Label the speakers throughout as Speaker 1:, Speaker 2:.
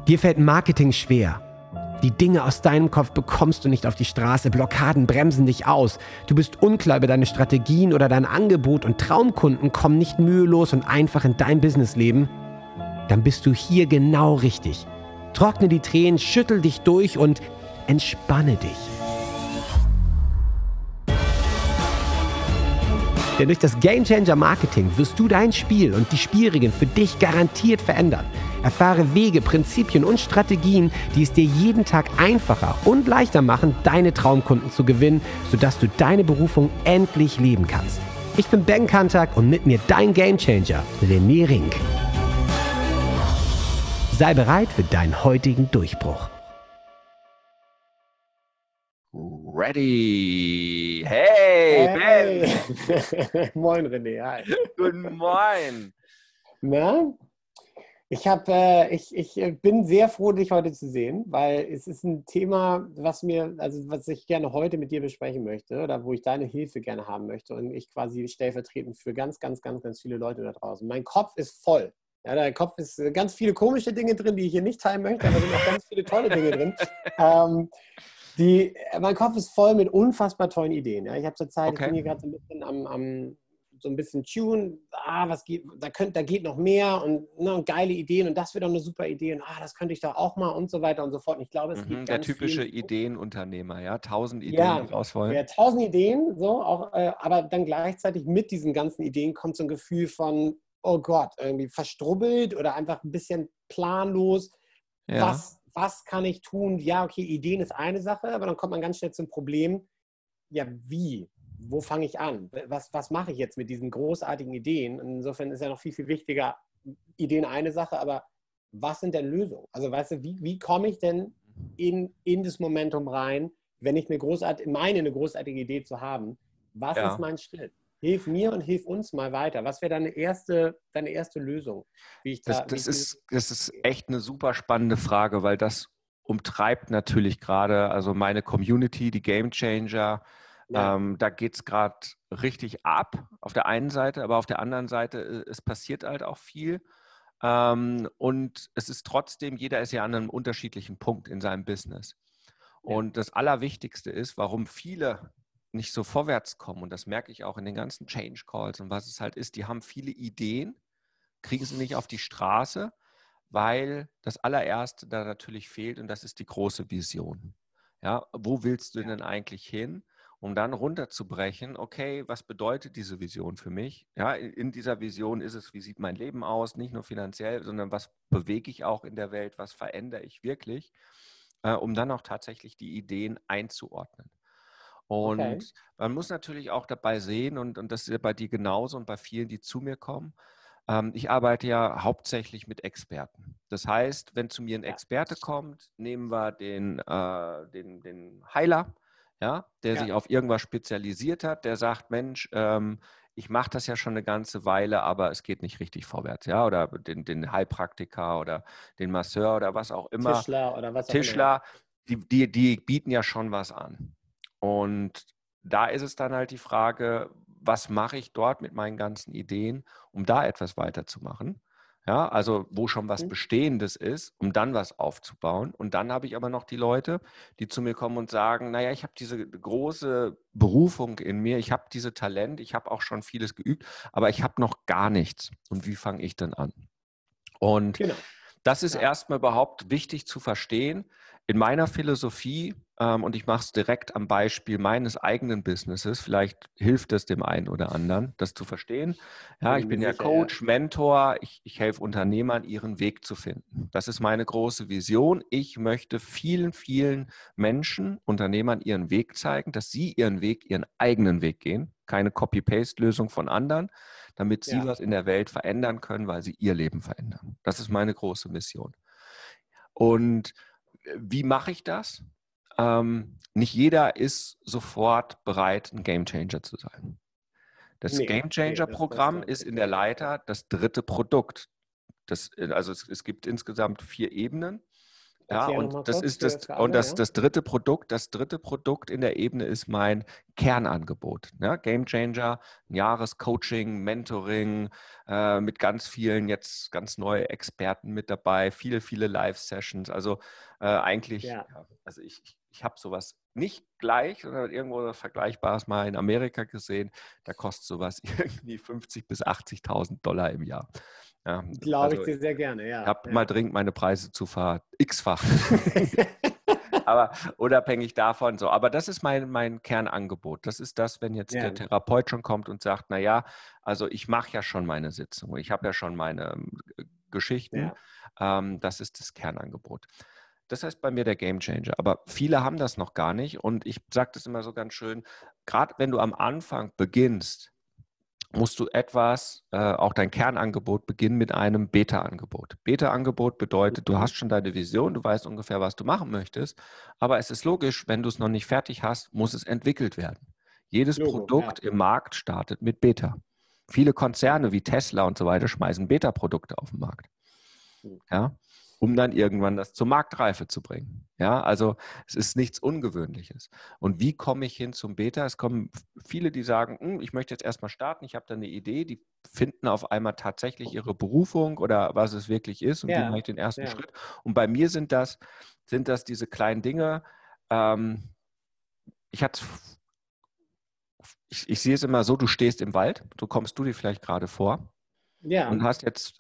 Speaker 1: Dir fällt Marketing schwer. Die Dinge aus deinem Kopf bekommst du nicht auf die Straße, Blockaden bremsen dich aus. Du bist unklar über deine Strategien oder dein Angebot und Traumkunden kommen nicht mühelos und einfach in dein Businessleben. Dann bist du hier genau richtig. Trockne die Tränen, schüttel dich durch und entspanne dich. Denn durch das Gamechanger Marketing wirst du dein Spiel und die Spielregeln für dich garantiert verändern. Erfahre Wege, Prinzipien und Strategien, die es dir jeden Tag einfacher und leichter machen, deine Traumkunden zu gewinnen, sodass du deine Berufung endlich leben kannst. Ich bin Ben Kantak und mit mir dein Gamechanger, René Rink. Sei bereit für deinen heutigen Durchbruch.
Speaker 2: Ready. Hey, Ben.
Speaker 3: Moin, René. Hi.
Speaker 2: Guten Morgen.
Speaker 3: Na? Ich bin sehr froh, dich heute zu sehen, weil es ist ein Thema, was ich gerne heute mit dir besprechen möchte oder wo ich deine Hilfe gerne haben möchte und ich quasi stellvertretend für ganz, ganz, ganz, ganz viele Leute da draußen. Mein Kopf ist voll. Ja, der Kopf ist ganz viele komische Dinge drin, die ich hier nicht teilen möchte, aber es sind auch ganz viele tolle Dinge drin. Mein Kopf ist voll mit unfassbar tollen Ideen. Ja. Ich habe zurzeit, ich bin hier gerade so ein bisschen so ein bisschen tune, was geht, da geht noch mehr und geile Ideen und das wird doch eine super Idee und das könnte ich doch auch mal und so weiter und so fort. Und ich glaube, es geht
Speaker 2: der
Speaker 3: ganz
Speaker 2: typische
Speaker 3: viel.
Speaker 2: Ideenunternehmer, ja, 1000 Ideen, die raus wollen.
Speaker 3: Ja, 1000 Ideen, so auch, aber dann gleichzeitig mit diesen ganzen Ideen kommt so ein Gefühl von, oh Gott, irgendwie verstrubbelt oder einfach ein bisschen planlos.
Speaker 2: Ja.
Speaker 3: Was kann ich tun? Ja, okay, Ideen ist eine Sache, aber dann kommt man ganz schnell zum Problem, ja, wie? Wo fange ich an? Was mache ich jetzt mit diesen großartigen Ideen? Insofern ist ja noch viel, viel wichtiger, Ideen eine Sache, aber was sind denn Lösungen? Also weißt du, wie komme ich denn in das Momentum rein, wenn ich eine großartige Idee zu haben? Was ist mein Schritt? Hilf mir und hilf uns mal weiter. Was wäre deine erste Lösung?
Speaker 2: Das ist echt eine super spannende Frage, weil das umtreibt natürlich gerade, also meine Community, die Gamechanger. Ja. Da geht es gerade richtig ab auf der einen Seite, aber auf der anderen Seite, es passiert halt auch viel. Und es ist trotzdem, jeder ist ja an einem unterschiedlichen Punkt in seinem Business. Und das Allerwichtigste ist, warum viele nicht so vorwärts kommen, und das merke ich auch in den ganzen Change Calls und was es halt ist, die haben viele Ideen, kriegen sie nicht auf die Straße, weil das allererste da natürlich fehlt und das ist die große Vision. Ja, wo willst du denn eigentlich hin? Um dann runterzubrechen, okay, was bedeutet diese Vision für mich? Ja, in dieser Vision ist es, wie sieht mein Leben aus, nicht nur finanziell, sondern was bewege ich auch in der Welt, was verändere ich wirklich, um dann auch tatsächlich die Ideen einzuordnen. Und man muss natürlich auch dabei sehen, und das ist ja bei dir genauso und bei vielen, die zu mir kommen, ich arbeite ja hauptsächlich mit Experten. Das heißt, wenn zu mir ein Experte kommt, nehmen wir den Heiler, ja, der sich auf irgendwas spezialisiert hat, der sagt, Mensch, ich mache das ja schon eine ganze Weile, aber es geht nicht richtig vorwärts, ja, oder den Heilpraktiker oder den Masseur oder was auch immer.
Speaker 3: Tischler oder was auch
Speaker 2: immer. Die bieten ja schon was an. Und da ist es dann halt die Frage, was mache ich dort mit meinen ganzen Ideen, um da etwas weiterzumachen? Ja, also wo schon was Bestehendes ist, um dann was aufzubauen. Und dann habe ich aber noch die Leute, die zu mir kommen und sagen, naja, ich habe diese große Berufung in mir, ich habe diese Talent, ich habe auch schon vieles geübt, aber ich habe noch gar nichts. Und wie fange ich denn an? Und das ist erstmal überhaupt wichtig zu verstehen. In meiner Philosophie, und ich mache es direkt am Beispiel meines eigenen Businesses, vielleicht hilft es dem einen oder anderen, das zu verstehen. Ja, ich bin ja Coach, Mentor, ich helfe Unternehmern, ihren Weg zu finden. Das ist meine große Vision. Ich möchte vielen, vielen Menschen, Unternehmern ihren Weg zeigen, dass sie ihren eigenen Weg gehen. Keine Copy-Paste-Lösung von anderen, damit sie was in der Welt verändern können, weil sie ihr Leben verändern. Das ist meine große Mission. Und wie mache ich das? Nicht jeder ist sofort bereit, ein Gamechanger zu sein. Das Gamechanger-Programm ist in der Leiter das dritte Produkt. Also es gibt insgesamt 4 Ebenen. Ja,
Speaker 3: Erklär noch
Speaker 2: und
Speaker 3: mal
Speaker 2: das
Speaker 3: kurz
Speaker 2: ist das,
Speaker 3: für
Speaker 2: und
Speaker 3: alle, ja.
Speaker 2: das dritte Produkt in der Ebene ist mein Kernangebot. Ne? Game Changer, ein Jahrescoaching, Mentoring, mit ganz vielen jetzt ganz neue Experten mit dabei, viele Live-Sessions. Also eigentlich,
Speaker 3: Ja.
Speaker 2: ja, also ich habe sowas nicht gleich, sondern irgendwo was Vergleichbares mal in Amerika gesehen. Da kostet sowas irgendwie 50.000 bis 80.000 Dollar im Jahr. Ja,
Speaker 3: Glaube ich
Speaker 2: also
Speaker 3: dir sehr gerne,
Speaker 2: ich
Speaker 3: ja.
Speaker 2: habe mal dringend meine Preise zu x-fach. Aber unabhängig davon so. Aber das ist mein Kernangebot. Das ist das, wenn jetzt der
Speaker 3: Ja,
Speaker 2: Therapeut schon kommt und sagt, naja, also ich mache ja schon meine Sitzung, ich habe ja schon meine Geschichten.
Speaker 3: ja,
Speaker 2: Das ist das Kernangebot. Das heißt bei mir der Gamechanger. Aber viele haben das noch gar nicht. Und ich sage das immer so ganz schön, gerade wenn du am Anfang beginnst, musst du auch dein Kernangebot beginnen mit einem Beta-Angebot. Beta-Angebot bedeutet, du hast schon deine Vision, du weißt ungefähr, was du machen möchtest, aber es ist logisch, wenn du es noch nicht fertig hast, muss es entwickelt werden. Jedes
Speaker 3: Logo,
Speaker 2: Produkt
Speaker 3: ja.
Speaker 2: im Markt startet mit Beta. Viele Konzerne wie Tesla und so weiter schmeißen Beta-Produkte auf den Markt. Ja, um dann irgendwann das zur Marktreife zu bringen. Ja, also es ist nichts Ungewöhnliches. Und wie komme ich hin zum Beta? Es kommen viele, die sagen, ich möchte jetzt erstmal starten, ich habe da eine Idee, die finden auf einmal tatsächlich ihre Berufung oder was es wirklich ist und wie mache
Speaker 3: Ja,
Speaker 2: ich den ersten
Speaker 3: ja.
Speaker 2: Schritt. Und bei mir sind das diese kleinen Dinge. Ich hatte ich sehe es immer so, du stehst im Wald, so kommst du dir vielleicht gerade vor
Speaker 3: Ja,
Speaker 2: und hast jetzt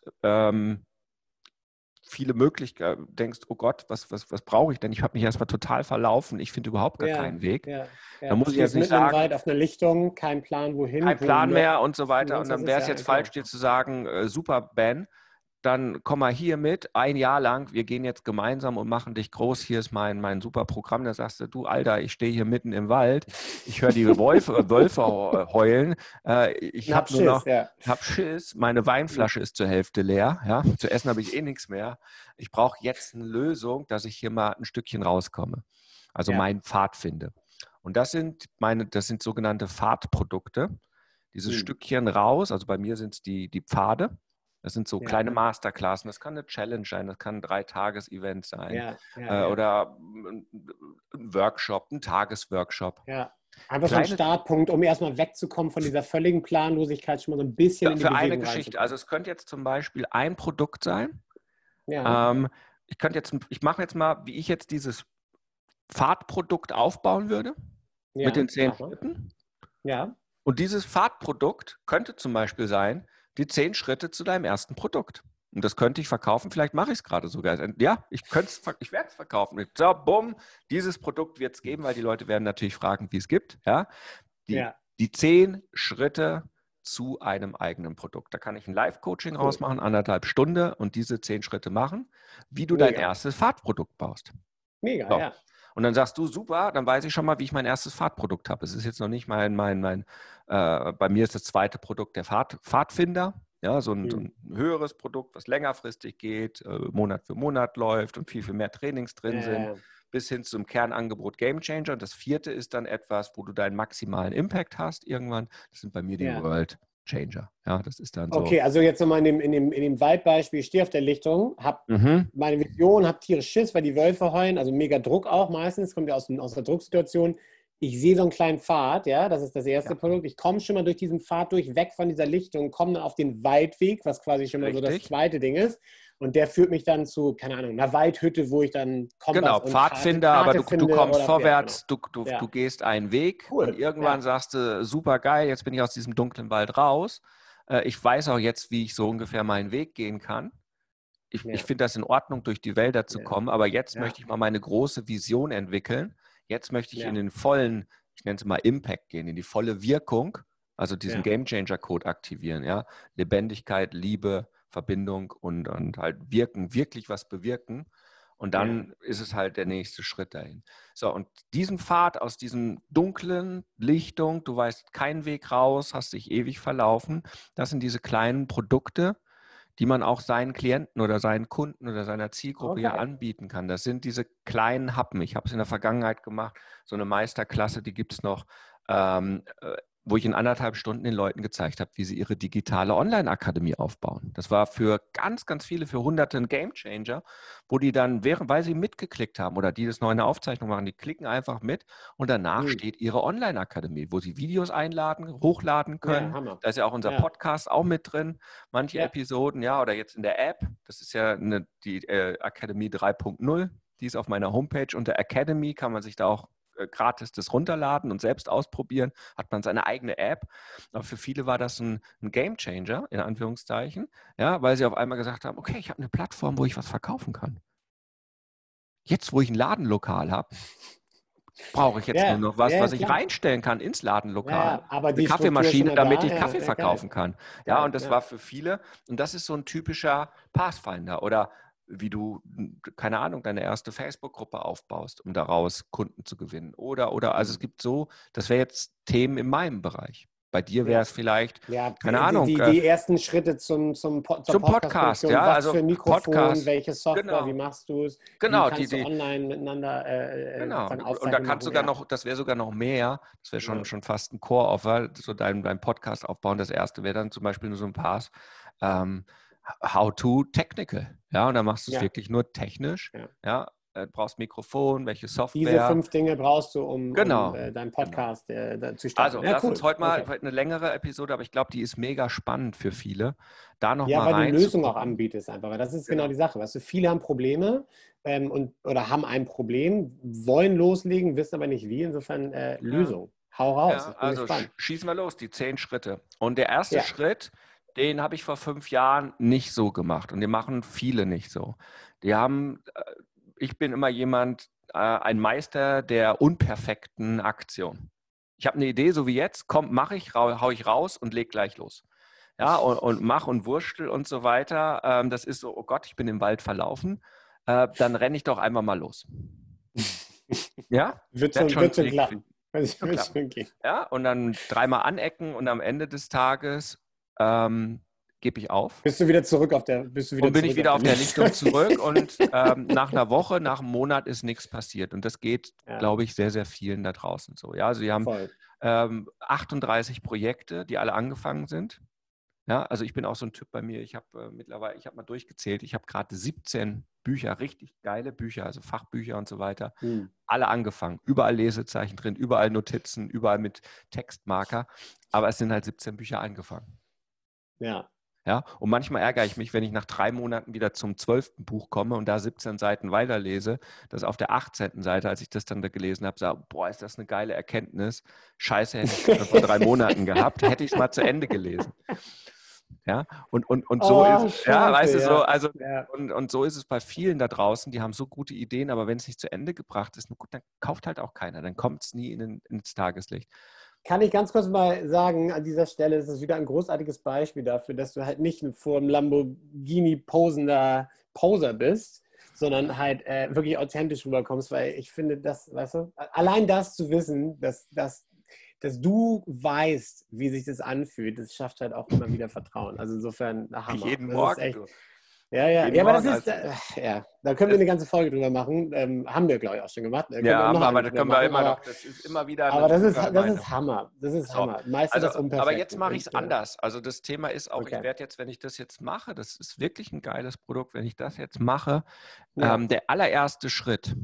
Speaker 2: viele Möglichkeiten, denkst, oh Gott, was brauche ich denn? Ich habe mich erstmal total verlaufen, ich finde überhaupt gar
Speaker 3: ja,
Speaker 2: keinen Weg.
Speaker 3: ja,
Speaker 2: Da
Speaker 3: ja.
Speaker 2: muss ich jetzt
Speaker 3: Stehst
Speaker 2: nicht
Speaker 3: mitten im
Speaker 2: sagen,
Speaker 3: Wald auf einer Lichtung, kein Plan wohin,
Speaker 2: kein
Speaker 3: wo
Speaker 2: Plan
Speaker 3: noch
Speaker 2: mehr und so weiter. Und
Speaker 3: sonst was
Speaker 2: dann
Speaker 3: ist,
Speaker 2: wäre es
Speaker 3: ja,
Speaker 2: jetzt falsch,
Speaker 3: genau.
Speaker 2: dir zu sagen, super, Ben, dann komm mal hier mit, ein Jahr lang, wir gehen jetzt gemeinsam und machen dich groß, hier ist mein super Programm. Da sagst du, Alter, ich stehe hier mitten im Wald, ich höre die Wölfe heulen, ich
Speaker 3: Hab
Speaker 2: habe nur
Speaker 3: Schiss,
Speaker 2: noch,
Speaker 3: ja.
Speaker 2: hab Schiss, meine Weinflasche ist zur Hälfte leer, ja? Zu essen habe ich eh nichts mehr. Ich brauche jetzt eine Lösung, dass ich hier mal ein Stückchen rauskomme, also
Speaker 3: Ja.
Speaker 2: meinen Pfad finde. Und das sind sogenannte Pfadprodukte. Dieses Stückchen raus, also bei mir sind es die Pfade. Das sind so
Speaker 3: Ja,
Speaker 2: kleine Masterclassen. Das kann eine Challenge sein, das kann ein 3-Tages-Event sein
Speaker 3: ja, ja, ja,
Speaker 2: oder ein Workshop, ein Tagesworkshop.
Speaker 3: ja. Einfach so ein
Speaker 2: Kleine,
Speaker 3: Startpunkt, um erstmal wegzukommen von dieser völligen Planlosigkeit, schon mal so ein bisschen in die
Speaker 2: für eine
Speaker 3: Bewegung
Speaker 2: Geschichte. Also
Speaker 3: reinzukommen.
Speaker 2: es könnte jetzt zum Beispiel ein Produkt sein.
Speaker 3: Ja,
Speaker 2: Ähm, ich mache jetzt mal, wie ich jetzt dieses Pfadprodukt aufbauen würde mit
Speaker 3: ja,
Speaker 2: den 10
Speaker 3: mach mal.
Speaker 2: Schritten.
Speaker 3: Ja,
Speaker 2: Und dieses Pfadprodukt könnte zum Beispiel sein, die 10 Schritte zu deinem ersten Produkt. Und das könnte ich verkaufen, vielleicht mache ich es gerade sogar. Ja, ich werde es verkaufen. So, bumm, dieses Produkt wird es geben, weil die Leute werden natürlich fragen, wie es gibt. Ja?
Speaker 3: ja,
Speaker 2: Die 10 Schritte zu einem eigenen Produkt. Da kann ich ein Live-Coaching
Speaker 3: cool.
Speaker 2: rausmachen, 1,5 Stunden und diese 10 Schritte machen, wie du dein
Speaker 3: Mega.
Speaker 2: erstes Pfadprodukt baust.
Speaker 3: Mega,
Speaker 2: So.
Speaker 3: ja.
Speaker 2: Und dann sagst du, super, dann weiß ich schon mal, wie ich mein erstes Fahrtprodukt habe. Es ist jetzt noch nicht bei mir ist das zweite Produkt der Pfadfinder, ja, so ein höheres Produkt, was längerfristig geht, Monat für Monat läuft und viel mehr Trainings drin sind, bis hin zum Kernangebot Game Changer. Und das vierte ist dann etwas, wo du deinen maximalen Impact hast irgendwann. Das sind bei mir die World Changer. Ja, das ist dann so.
Speaker 3: Okay, also jetzt nochmal in dem Waldbeispiel, ich stehe auf der Lichtung, habe meine Vision, habe tierisch Schiss, weil die Wölfe heulen, also mega Druck auch meistens, kommt ja aus der Drucksituation. Ich sehe so einen kleinen Pfad, ja, das ist das erste Produkt. Ich komme schon mal durch diesen Pfad durch, weg von dieser Lichtung, komme dann auf den Waldweg, was quasi schon mal so das zweite Ding ist. Und der führt mich dann zu, keine Ahnung, einer Waldhütte, wo ich dann
Speaker 2: Kompass und Pfadfinder, aber du kommst vorwärts, genau. du gehst einen Weg und irgendwann sagst du, super geil, jetzt bin ich aus diesem dunklen Wald raus. Ich weiß auch jetzt, wie ich so ungefähr meinen Weg gehen kann. Ich finde das in Ordnung, durch die Wälder zu kommen, aber jetzt möchte ich mal meine große Vision entwickeln. Jetzt möchte ich in den vollen, ich nenne es mal Impact gehen, in die volle Wirkung, also diesen Game Changer Code aktivieren. Ja? Lebendigkeit, Liebe, Verbindung und halt wirken, wirklich was bewirken. Und dann ist es halt der nächste Schritt dahin. So, und diesen Pfad aus diesem dunklen Lichtung, du weißt keinen Weg raus, hast dich ewig verlaufen, das sind diese kleinen Produkte, die man auch seinen Klienten oder seinen Kunden oder seiner Zielgruppe ja anbieten kann. Das sind diese kleinen Happen. Ich habe es in der Vergangenheit gemacht, so eine Meisterklasse, die gibt es noch. wo ich in 1,5 Stunden den Leuten gezeigt habe, wie sie ihre digitale Online-Akademie aufbauen. Das war für ganz, ganz viele, für Hunderte ein Gamechanger, wo die dann, weil sie mitgeklickt haben oder die das noch in der Aufzeichnung machen, die klicken einfach mit und danach steht ihre Online-Akademie, wo sie Videos hochladen können.
Speaker 3: Ja, Hammer.
Speaker 2: Da ist ja auch unser Podcast auch mit drin, manche Episoden, ja, oder jetzt in der App. Das ist ja die Akademie 3.0, die ist auf meiner Homepage. Unter Academy kann man sich da auch gratis das runterladen und selbst ausprobieren, hat man seine eigene App. Aber für viele war das ein Gamechanger, in Anführungszeichen, ja, weil sie auf einmal gesagt haben, okay, ich habe eine Plattform, wo ich was verkaufen kann. Jetzt, wo ich ein Ladenlokal habe, brauche ich jetzt nur noch was ich reinstellen kann ins Ladenlokal.
Speaker 3: Aber
Speaker 2: eine Kaffeemaschine, damit ich Kaffee verkaufen kann. Ja, und das war für viele, und das ist so ein typischer Pathfinder oder wie du, keine Ahnung, deine erste Facebook-Gruppe aufbaust, um daraus Kunden zu gewinnen. Oder, also es gibt das wäre jetzt Themen in meinem Bereich. Bei dir wäre es vielleicht, keine Ahnung.
Speaker 3: Die ersten Schritte zum
Speaker 2: Podcast, ja.
Speaker 3: Was
Speaker 2: Also
Speaker 3: für ein Mikrofon,
Speaker 2: Podcast,
Speaker 3: welche Software, wie machst du es?
Speaker 2: Genau.
Speaker 3: Wie kannst du online miteinander
Speaker 2: Und da kannst sogar noch, das wäre sogar noch mehr, das wäre schon fast ein Core-Offer, so dein Podcast aufbauen. Das erste wäre dann zum Beispiel nur so ein Pass, How to Technical. Ja, und dann machst du es wirklich nur technisch. Ja, du brauchst Mikrofon, welche Software.
Speaker 3: Diese 5 Dinge brauchst du, um deinen Podcast zu starten.
Speaker 2: Also, lass uns heute mal eine längere Episode, aber ich glaube, die ist mega spannend für viele. Da noch mal rein.
Speaker 3: Ja, weil du Lösungen auch anbietest einfach. Weil das ist genau die Sache. Weißt du, viele haben Probleme oder haben ein Problem, wollen loslegen, wissen aber nicht wie. Insofern Lösung. Hau raus.
Speaker 2: Ja, also schießen wir los, die 10 Schritte. Und der erste Schritt, den habe ich vor 5 Jahren nicht so gemacht. Und den machen viele nicht so. Ich bin immer ein Meister der unperfekten Aktion. Ich habe eine Idee, so wie jetzt, hau ich raus und leg gleich los. Ja, und mach und wurschtel und so weiter. Das ist so, oh Gott, ich bin im Wald verlaufen. Dann renne ich doch einfach mal los. Ja?
Speaker 3: Wird schon klappen.
Speaker 2: Ja, und dann 3-mal anecken und am Ende des Tages gebe ich auf.
Speaker 3: Bist du wieder zurück auf der
Speaker 2: Lichtung zurück und nach einer Woche, nach einem Monat ist nichts passiert. Und das geht, glaube ich, sehr, sehr vielen da draußen so. Ja, also wir haben 38 Projekte, die alle angefangen sind. Ja, also ich bin auch so ein Typ bei mir. Ich habe mal durchgezählt, ich habe gerade 17 Bücher, richtig geile Bücher, also Fachbücher und so weiter, alle angefangen. Überall Lesezeichen drin, überall Notizen, überall mit Textmarker. Aber es sind halt 17 Bücher angefangen.
Speaker 3: Ja.
Speaker 2: Ja, und manchmal ärgere ich mich, wenn ich nach 3 Monaten wieder zum 12. Buch komme und da 17 Seiten weiterlese, dass auf der 18. Seite, als ich das dann da gelesen habe, sage, boah, ist das eine geile Erkenntnis. Scheiße, hätte ich das vor 3 Monaten gehabt, hätte ich es mal zu Ende gelesen. Ja, und so ist es. Ja, weißt du, so, also, und so ist es bei vielen da draußen, die haben so gute Ideen, aber wenn es nicht zu Ende gebracht ist, gut, dann kauft halt auch keiner, dann kommt es nie ins Tageslicht.
Speaker 3: Kann ich ganz kurz mal sagen, an dieser Stelle, das ist wieder ein großartiges Beispiel dafür, dass du halt nicht vor einem Lamborghini posender Poser bist, sondern halt wirklich authentisch rüberkommst, weil ich finde, weißt du, allein das zu wissen, dass du weißt, wie sich das anfühlt, das schafft halt auch immer wieder Vertrauen. Also insofern, Hammer.
Speaker 2: Jeden Morgen.
Speaker 3: Ja, aber das ist, da können wir eine ganze Folge drüber machen. Haben wir, glaube ich, auch schon gemacht.
Speaker 2: Aber da können wir immer noch, das ist immer wieder
Speaker 3: aber das ist Hammer. Das ist Hammer. Meistens das Unperfekte.
Speaker 2: Aber jetzt mache ich es anders. Also das Thema ist auch, ich werde jetzt, wenn ich das jetzt mache, das ist wirklich ein geiles Produkt, wenn ich das jetzt mache, der allererste Schritt,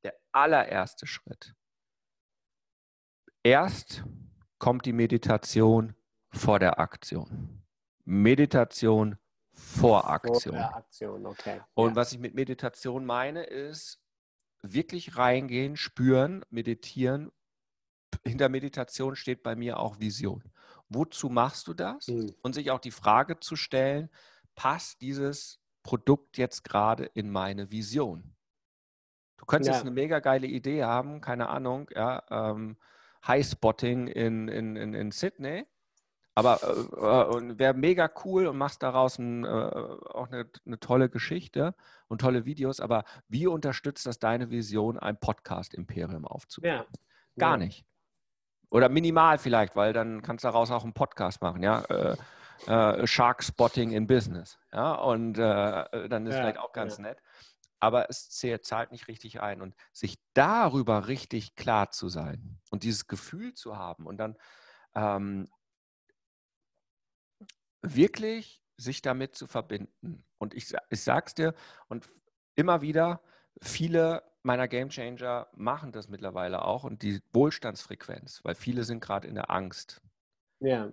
Speaker 2: erst kommt die Meditation vor der Aktion. Meditation vor Aktion.
Speaker 3: Okay.
Speaker 2: Und was ich mit Meditation meine, ist wirklich reingehen, spüren, meditieren. Hinter Meditation steht bei mir auch Vision. Wozu machst du das? Und sich auch die Frage zu stellen, passt dieses Produkt jetzt gerade in meine Vision? Du könntest jetzt eine mega geile Idee haben, keine Ahnung, Highspotting in Sydney. Aber wäre mega cool und machst daraus auch eine tolle Geschichte und tolle Videos. Aber wie unterstützt das deine Vision, ein Podcast-Imperium aufzubauen? Gar nicht. Oder minimal vielleicht, weil dann kannst du daraus auch einen Podcast machen. Ja? Shark Spotting in Business. Ja? Und dann ist vielleicht auch ganz nett. Aber es zahlt nicht richtig ein. Und sich darüber richtig klar zu sein und dieses Gefühl zu haben und dann wirklich sich damit zu verbinden. Und ich sage es dir, und immer wieder, viele meiner Gamechanger machen das mittlerweile auch und die Wohlstandsfrequenz, weil viele sind gerade in der Angst.
Speaker 3: Ja.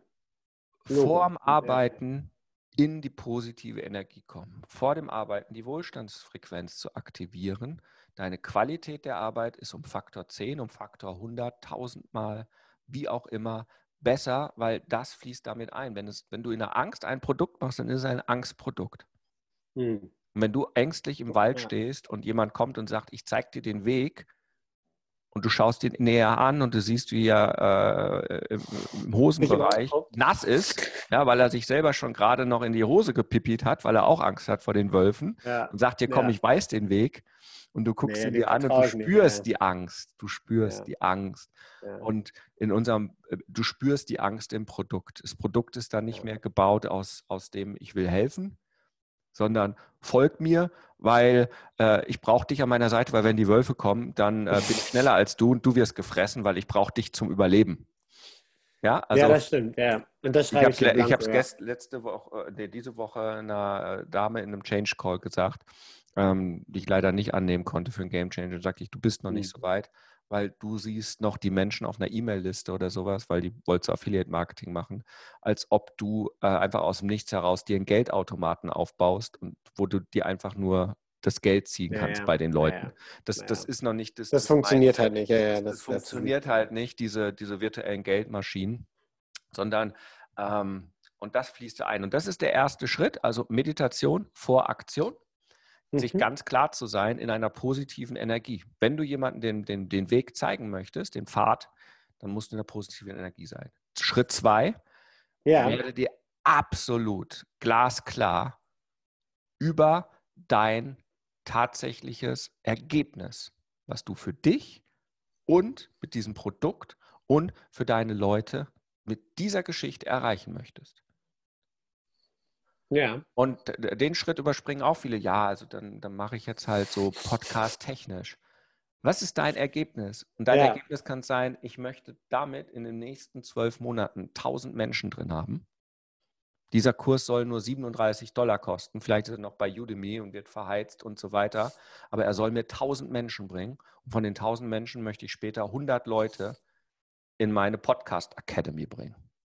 Speaker 2: Vorm Arbeiten in die positive Energie kommen. Vor dem Arbeiten die Wohlstandsfrequenz zu aktivieren. Deine Qualität der Arbeit ist um Faktor 10, um Faktor 100, 1000-mal, wie auch immer, besser, weil das fließt damit ein. Wenn du in der Angst ein Produkt machst, dann ist es ein Angstprodukt. Und wenn du ängstlich im Wald stehst und jemand kommt und sagt, ich zeige dir den Weg, und du schaust ihn näher an und du siehst, wie er im Hosenbereich nass ist, ja, weil er sich selber schon gerade noch in die Hose gepippiert hat, weil er auch Angst hat vor den Wölfen und sagt dir, komm, ich weiß den Weg. Und du guckst ihn dir an und du spürst die Angst. Du spürst die Angst. Und du spürst die Angst im Produkt. Das Produkt ist dann nicht mehr gebaut aus dem, ich will helfen, sondern folg mir, weil ich brauche dich an meiner Seite, weil wenn die Wölfe kommen, dann bin ich schneller als du und du wirst gefressen, weil ich brauche dich zum Überleben. Ja, also,
Speaker 3: das stimmt, ja. Und das schreibe
Speaker 2: ich habe es diese Woche einer Dame in einem Change Call gesagt, die ich leider nicht annehmen konnte für einen Game Changer. Da sagte ich, du bist noch nicht so weit, weil du siehst noch die Menschen auf einer E-Mail-Liste oder sowas, weil die wolltest Affiliate-Marketing machen, als ob du einfach aus dem Nichts heraus dir einen Geldautomaten aufbaust und wo du dir einfach nur das Geld ziehen kannst bei den Leuten. Das ist noch nicht das.
Speaker 3: Das funktioniert halt nicht.
Speaker 2: Das funktioniert halt nicht, diese virtuellen Geldmaschinen, sondern und das fließt ein. Und das ist der erste Schritt, also Meditation vor Aktion. Sich ganz klar zu sein in einer positiven Energie. Wenn du jemandem den Weg zeigen möchtest, den Pfad, dann musst du in einer positiven Energie sein. Schritt 2, werde dir absolut glasklar über dein tatsächliches Ergebnis, was du für dich und mit diesem Produkt und für deine Leute mit dieser Geschichte erreichen möchtest.
Speaker 3: Ja.
Speaker 2: Und den Schritt überspringen auch viele. Ja, also dann mache ich jetzt halt so podcast-technisch. Was ist dein Ergebnis? Und dein Ergebnis kann sein, ich möchte damit in den nächsten 12 Monaten 1000 Menschen drin haben. Dieser Kurs soll nur $37 kosten. Vielleicht ist er noch bei Udemy und wird verheizt und so weiter. Aber er soll mir 1000 Menschen bringen. Und von den 1000 Menschen möchte ich später 100 Leute in meine Podcast Academy bringen.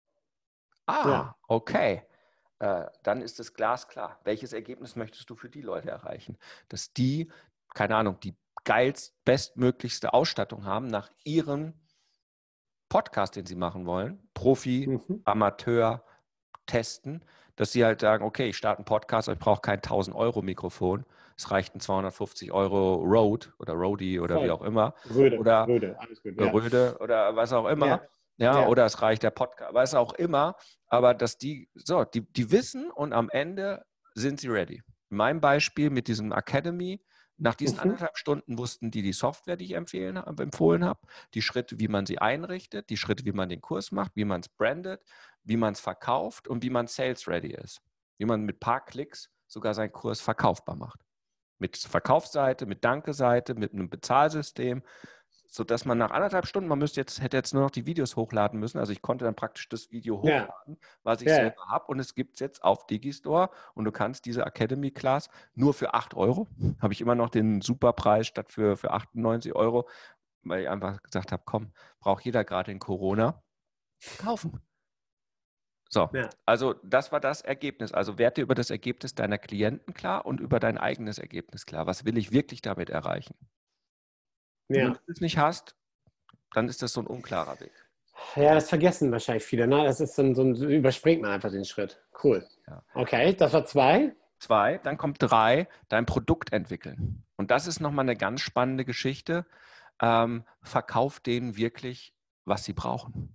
Speaker 2: Okay. Dann ist es glasklar. Welches Ergebnis möchtest du für die Leute erreichen? Dass die, keine Ahnung, die bestmöglichste Ausstattung haben nach ihrem Podcast, den sie machen wollen. Profi, Amateur, testen, dass sie halt sagen, okay, ich starte einen Podcast, aber ich brauche kein 1.000-Euro-Mikrofon. Es reicht ein 250 Euro Rode oder Roadie oder wie auch immer.
Speaker 3: Röde, alles gut.
Speaker 2: Röde oder was auch immer. Ja, oder es reicht der Podcast, was auch immer, aber dass die wissen und am Ende sind sie ready. In meinem Beispiel mit diesem Academy, nach diesen 1,5 Stunden wussten die Software, die ich empfohlen habe, die Schritte, wie man sie einrichtet, die Schritte, wie man den Kurs macht, wie man es brandet, wie man es verkauft und wie man sales ready ist. Wie man mit ein paar Klicks sogar seinen Kurs verkaufbar macht. Mit Verkaufsseite, mit Danke-Seite, mit einem Bezahlsystem, sodass man nach 1,5 Stunden, hätte jetzt nur noch die Videos hochladen müssen. Also ich konnte dann praktisch das Video hochladen, was ich selber habe. Und es gibt es jetzt auf Digistore und du kannst diese Academy Class nur für 8 Euro, habe ich immer noch den Superpreis statt für 98 Euro, weil ich einfach gesagt habe, komm, braucht jeder gerade in Corona, kaufen. So, also das war das Ergebnis. Also werd dir über das Ergebnis deiner Klienten klar und über dein eigenes Ergebnis klar. Was will ich wirklich damit erreichen? Wenn du das nicht hast, dann ist das so ein unklarer Weg.
Speaker 3: Ja, das vergessen wahrscheinlich viele. Ne? Das ist so überspringt man einfach den Schritt. Cool. Ja. Okay, das war 2.
Speaker 2: 2, dann kommt 3, dein Produkt entwickeln. Und das ist nochmal eine ganz spannende Geschichte. Verkauf denen wirklich, was sie brauchen.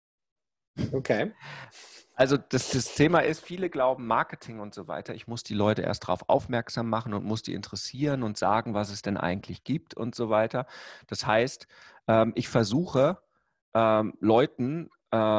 Speaker 3: Okay.
Speaker 2: Also das Thema ist, viele glauben Marketing und so weiter. Ich muss die Leute erst darauf aufmerksam machen und muss die interessieren und sagen, was es denn eigentlich gibt und so weiter. Das heißt, ich versuche Leuten,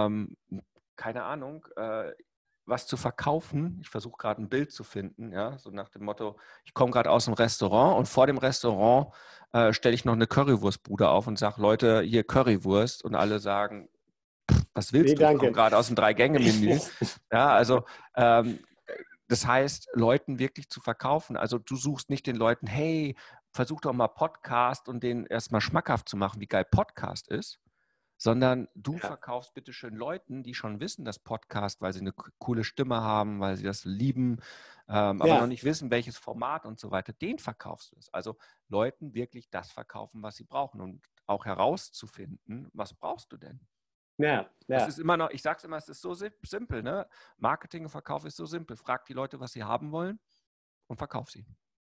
Speaker 2: keine Ahnung, was zu verkaufen. Ich versuche gerade ein Bild zu finden, ja, so nach dem Motto, ich komme gerade aus dem Restaurant und vor dem Restaurant stelle ich noch eine Currywurstbude auf und sage, Leute, hier Currywurst und alle sagen, Was willst
Speaker 3: Nee,
Speaker 2: du? Ich komme
Speaker 3: danke.
Speaker 2: gerade aus dem Drei-Gänge-Menü. Ja, also das heißt, Leuten wirklich zu verkaufen. Also du suchst nicht den Leuten, hey, versuch doch mal Podcast und denen erstmal schmackhaft zu machen, wie geil Podcast ist, sondern du verkaufst bitteschön Leuten, die schon wissen, dass Podcast, weil sie eine coole Stimme haben, weil sie das lieben, aber noch nicht wissen, welches Format und so weiter, den verkaufst du es. Also Leuten wirklich das verkaufen, was sie brauchen und auch herauszufinden, was brauchst du denn?
Speaker 3: Ja,
Speaker 2: Das
Speaker 3: ja.
Speaker 2: ist immer noch, ich sage es immer, es ist so simpel, ne? Marketing und Verkauf ist so simpel. Frag die Leute, was sie haben wollen und verkauf sie.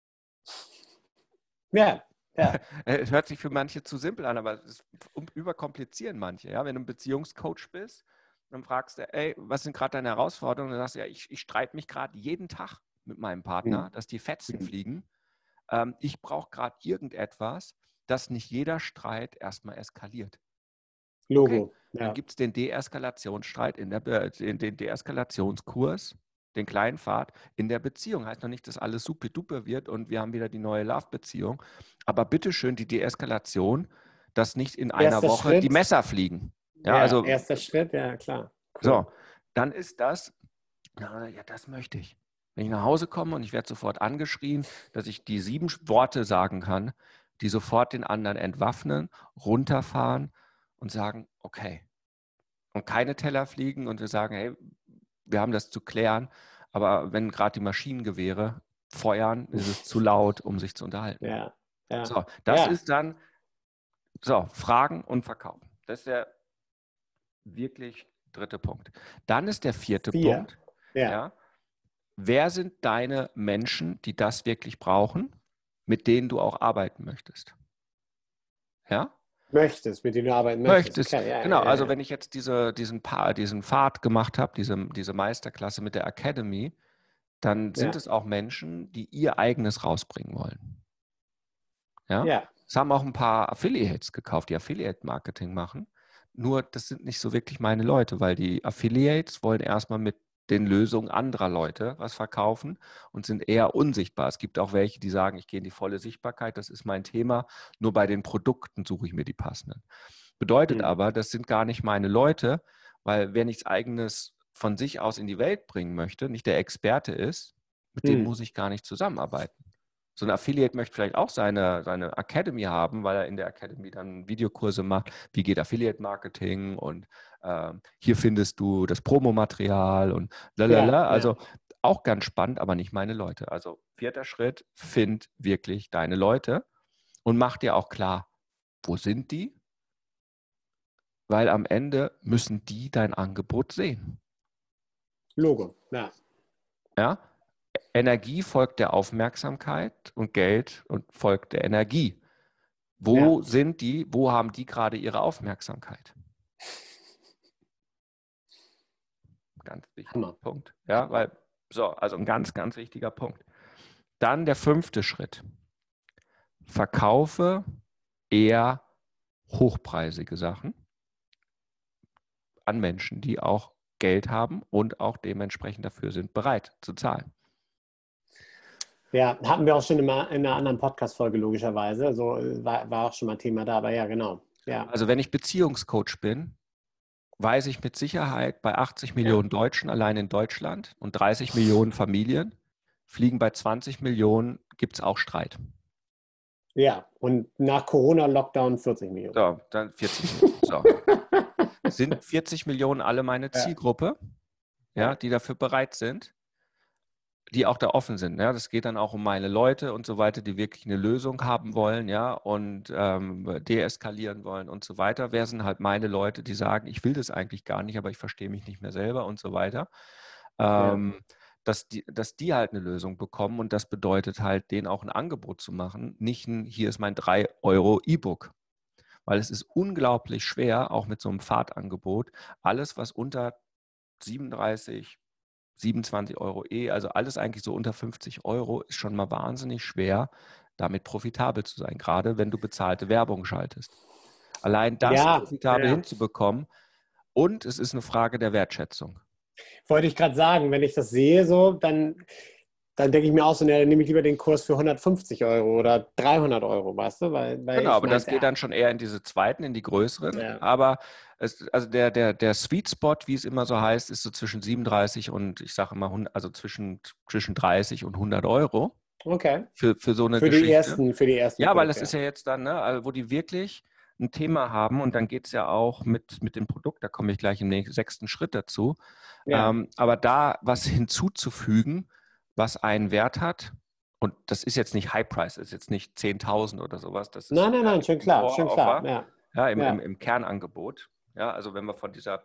Speaker 3: Ja, ja.
Speaker 2: Es hört sich für manche zu simpel an, aber es überkomplizieren manche. Ja? Wenn du ein Beziehungscoach bist, dann fragst du, ey, was sind gerade deine Herausforderungen? Dann sagst du, ja, ich streite mich gerade jeden Tag mit meinem Partner, dass die Fetzen fliegen. Ich brauche gerade irgendetwas, dass nicht jeder Streit erstmal eskaliert.
Speaker 3: Logo.
Speaker 2: Okay. Dann gibt es den Deeskalationsstreit, den Deeskalationskurs, den kleinen Pfad in der Beziehung. Heißt noch nicht, dass alles super-duper wird und wir haben wieder die neue Love-Beziehung. Aber bitteschön die Deeskalation, dass nicht in einer Woche die Messer fliegen. Ja, also,
Speaker 3: erster Schritt, ja, klar.
Speaker 2: Cool. So, dann ist das, ja, das möchte ich. Wenn ich nach Hause komme und ich werde sofort angeschrien, dass ich die 7 Worte sagen kann, die sofort den anderen entwaffnen, runterfahren und sagen, okay. Und keine Teller fliegen und wir sagen, hey, wir haben das zu klären, aber wenn gerade die Maschinengewehre feuern, ist es zu laut, um sich zu unterhalten.
Speaker 3: Ja, ja.
Speaker 2: So, das ist dann, Fragen und Verkaufen. Das ist der wirklich 3. Punkt. Dann ist der 4. Punkt, ja, wer sind deine Menschen, die das wirklich brauchen, mit denen du auch arbeiten möchtest? Ja?
Speaker 3: Mit denen du arbeiten möchtest.
Speaker 2: Okay, genau, also wenn ich jetzt diesen Pfad gemacht habe, diese Meisterklasse mit der Academy, dann sind es auch Menschen, die ihr eigenes rausbringen wollen. Ja? Es haben auch ein paar Affiliates gekauft, die Affiliate-Marketing machen. Nur das sind nicht so wirklich meine Leute, weil die Affiliates wollen erstmal mit den Lösungen anderer Leute was verkaufen und sind eher unsichtbar. Es gibt auch welche, die sagen, ich gehe in die volle Sichtbarkeit, das ist mein Thema, nur bei den Produkten suche ich mir die passenden. Bedeutet aber, das sind gar nicht meine Leute, weil wer nichts Eigenes von sich aus in die Welt bringen möchte, nicht der Experte ist, mit dem muss ich gar nicht zusammenarbeiten. So ein Affiliate möchte vielleicht auch seine Academy haben, weil er in der Academy dann Videokurse macht, wie geht Affiliate-Marketing und hier findest du das Promomaterial und lalala. Also auch ganz spannend, aber nicht meine Leute. Also 4. Schritt, find wirklich deine Leute und mach dir auch klar, wo sind die? Weil am Ende müssen die dein Angebot sehen.
Speaker 3: Logo,
Speaker 2: Ja? Energie folgt der Aufmerksamkeit und Geld und folgt der Energie. Wo sind die, wo haben die gerade ihre Aufmerksamkeit? Ganz wichtiger Punkt. Ja, also ein ganz, ganz wichtiger Punkt. Dann der 5. Schritt. Verkaufe eher hochpreisige Sachen an Menschen, die auch Geld haben und auch dementsprechend dafür sind, bereit zu zahlen.
Speaker 3: Ja, hatten wir auch schon in einer anderen Podcast-Folge logischerweise. So war auch schon mal Thema da, aber ja, genau. Ja.
Speaker 2: Also wenn ich Beziehungscoach bin, weiß ich mit Sicherheit, bei 80 Millionen Deutschen allein in Deutschland und 30 Millionen Familien fliegen bei 20 Millionen, gibt es auch Streit.
Speaker 3: Ja, und nach Corona-Lockdown 40 Millionen.
Speaker 2: So, dann 40 Millionen. So. Sind 40 Millionen alle meine Zielgruppe, die dafür bereit sind, die auch da offen sind. Ja? Das geht dann auch um meine Leute und so weiter, die wirklich eine Lösung haben wollen, und deeskalieren wollen und so weiter. Wer sind halt meine Leute, die sagen, ich will das eigentlich gar nicht, aber ich verstehe mich nicht mehr selber und so weiter. Dass die halt eine Lösung bekommen und das bedeutet halt, denen auch ein Angebot zu machen, nicht hier ist mein 3 Euro E-Book. Weil es ist unglaublich schwer, auch mit so einem Pfadangebot, alles, was unter 27 Euro also alles eigentlich so unter 50 Euro, ist schon mal wahnsinnig schwer, damit profitabel zu sein, gerade wenn du bezahlte Werbung schaltest. Allein das profitabel hinzubekommen und es ist eine Frage der Wertschätzung.
Speaker 3: Wollte ich gerade sagen, wenn ich das sehe, so, dann dann denke ich mir auch so, dann nehme ich lieber den Kurs für 150 Euro oder 300 Euro, weißt du? Weil
Speaker 2: Genau,
Speaker 3: ich
Speaker 2: aber das
Speaker 3: meinte,
Speaker 2: geht dann schon eher in diese zweiten, in die größeren.
Speaker 3: ja,
Speaker 2: Aber also der Sweet Spot, wie es immer so heißt, ist so zwischen 37 und ich sage immer, also zwischen 30 und 100 Euro
Speaker 3: okay.
Speaker 2: für so eine
Speaker 3: Für die
Speaker 2: Geschichte.
Speaker 3: ersten
Speaker 2: Ja, weil das
Speaker 3: Produkte,
Speaker 2: ist ja jetzt dann, ne, also wo die wirklich ein Thema haben und dann geht es ja auch mit dem Produkt, da komme ich gleich im sechsten Schritt dazu.
Speaker 3: ja.
Speaker 2: Aber da was hinzuzufügen, was einen Wert hat, und das ist jetzt nicht High Price, das ist jetzt nicht 10.000 oder sowas, das ist
Speaker 3: Nein, schön
Speaker 2: im
Speaker 3: klar, schön klar.
Speaker 2: Core-Offer,
Speaker 3: Ja,
Speaker 2: ja,
Speaker 3: ja,
Speaker 2: im Kernangebot. Ja, also wenn wir von dieser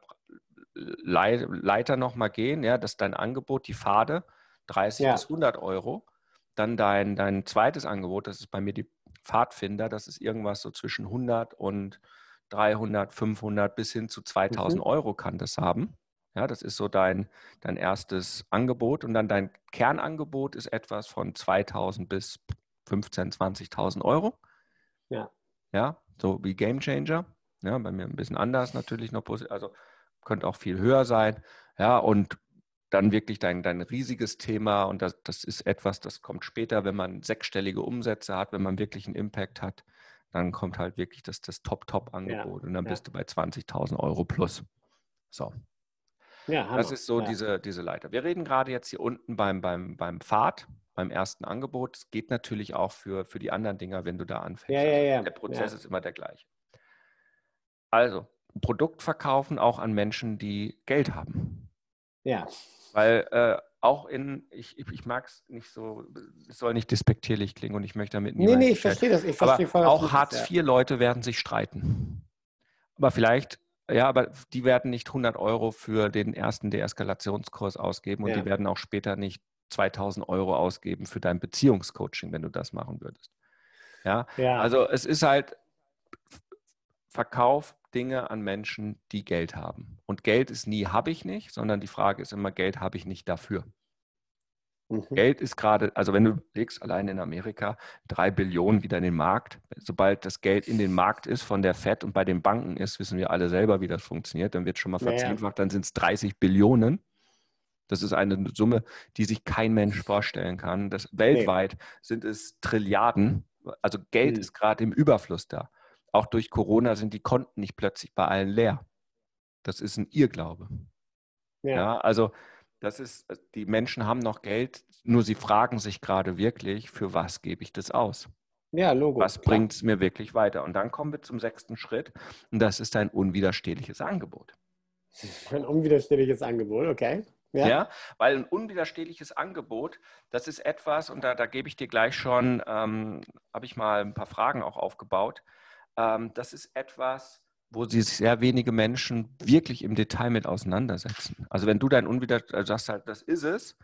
Speaker 2: Leiter nochmal gehen, ja, das ist dein Angebot, die Pfade, 30
Speaker 3: ja.
Speaker 2: bis 100 Euro. Dann dein zweites Angebot, das ist bei mir die Pfadfinder, das ist irgendwas so zwischen 100 und 300, 500 bis hin zu 2000
Speaker 3: Mhm.
Speaker 2: Euro kann das haben. Ja, das ist so dein erstes Angebot. Und dann dein Kernangebot ist etwas von 2000 bis 15.000, 20.000 Euro.
Speaker 3: Ja,
Speaker 2: Ja, so wie Game Changer. Ja, bei mir ein bisschen anders natürlich noch, also könnte auch viel höher sein. Ja, und dann wirklich dein riesiges Thema und das ist etwas, das kommt später, wenn man sechsstellige Umsätze hat, wenn man wirklich einen Impact hat, dann kommt halt wirklich das
Speaker 3: ja,
Speaker 2: Top-Angebot und dann
Speaker 3: ja.
Speaker 2: bist du bei 20.000 Euro plus. So,
Speaker 3: Ja,
Speaker 2: das
Speaker 3: Hammer.
Speaker 2: ist so
Speaker 3: Ja,
Speaker 2: diese Leiter. Wir reden gerade jetzt hier unten beim Pfad, beim ersten Angebot. Es geht natürlich auch für die anderen Dinger, wenn du da
Speaker 3: ja,
Speaker 2: anfängst.
Speaker 3: ja,
Speaker 2: Also
Speaker 3: ja,
Speaker 2: der Prozess
Speaker 3: ja.
Speaker 2: ist immer der gleiche. Also, ein Produkt verkaufen auch an Menschen, die Geld haben.
Speaker 3: Ja,
Speaker 2: Weil auch ich mag es nicht so, es soll nicht despektierlich klingen und ich möchte damit niemanden
Speaker 3: ich
Speaker 2: stellen.
Speaker 3: verstehe das. Ich
Speaker 2: Aber
Speaker 3: verstehe voll, was du
Speaker 2: auch
Speaker 3: meinst. Ja,
Speaker 2: Hartz-IV-Leute werden sich streiten. Aber vielleicht, ja, aber die werden nicht 100 Euro für den ersten Deeskalationskurs ausgeben und die
Speaker 3: ja,
Speaker 2: werden auch später nicht 2.000 Euro ausgeben für dein Beziehungscoaching, wenn du das machen würdest. Ja,
Speaker 3: ja,
Speaker 2: also es ist halt, Verkauf Dinge an Menschen, die Geld haben. Und Geld ist nie habe ich nicht, sondern die Frage ist immer, Geld habe ich nicht dafür.
Speaker 3: mhm.
Speaker 2: Geld ist gerade, also wenn du legst allein in Amerika 3 Billionen wieder in den Markt, sobald das Geld in den Markt ist von der Fed und bei den Banken ist, wissen wir alle selber, wie das funktioniert, dann wird schon mal
Speaker 3: Ja, ja.
Speaker 2: verzehnfacht, dann sind es 30 Billionen. Das ist eine Summe, die sich kein Mensch vorstellen kann.
Speaker 3: Nee.
Speaker 2: Weltweit sind es Trilliarden. Also Geld
Speaker 3: Mhm.
Speaker 2: ist gerade im Überfluss da. Auch durch Corona sind die Konten nicht plötzlich bei allen leer. Das ist ein Irrglaube.
Speaker 3: Ja,
Speaker 2: Ja, also die Menschen haben noch Geld, nur sie fragen sich gerade wirklich, für was gebe ich das aus?
Speaker 3: ja, Logo,
Speaker 2: Was
Speaker 3: klar.
Speaker 2: bringt es mir wirklich weiter? Und dann kommen wir zum sechsten Schritt und das ist ein unwiderstehliches Angebot.
Speaker 3: Ein unwiderstehliches Angebot, okay. Ja,
Speaker 2: Ja, weil ein unwiderstehliches Angebot, das ist etwas, und da gebe ich dir gleich schon, habe ich mal ein paar Fragen auch aufgebaut. Das ist etwas, wo sich sehr wenige Menschen wirklich im Detail mit auseinandersetzen. Also wenn du also sagst halt, das ist es,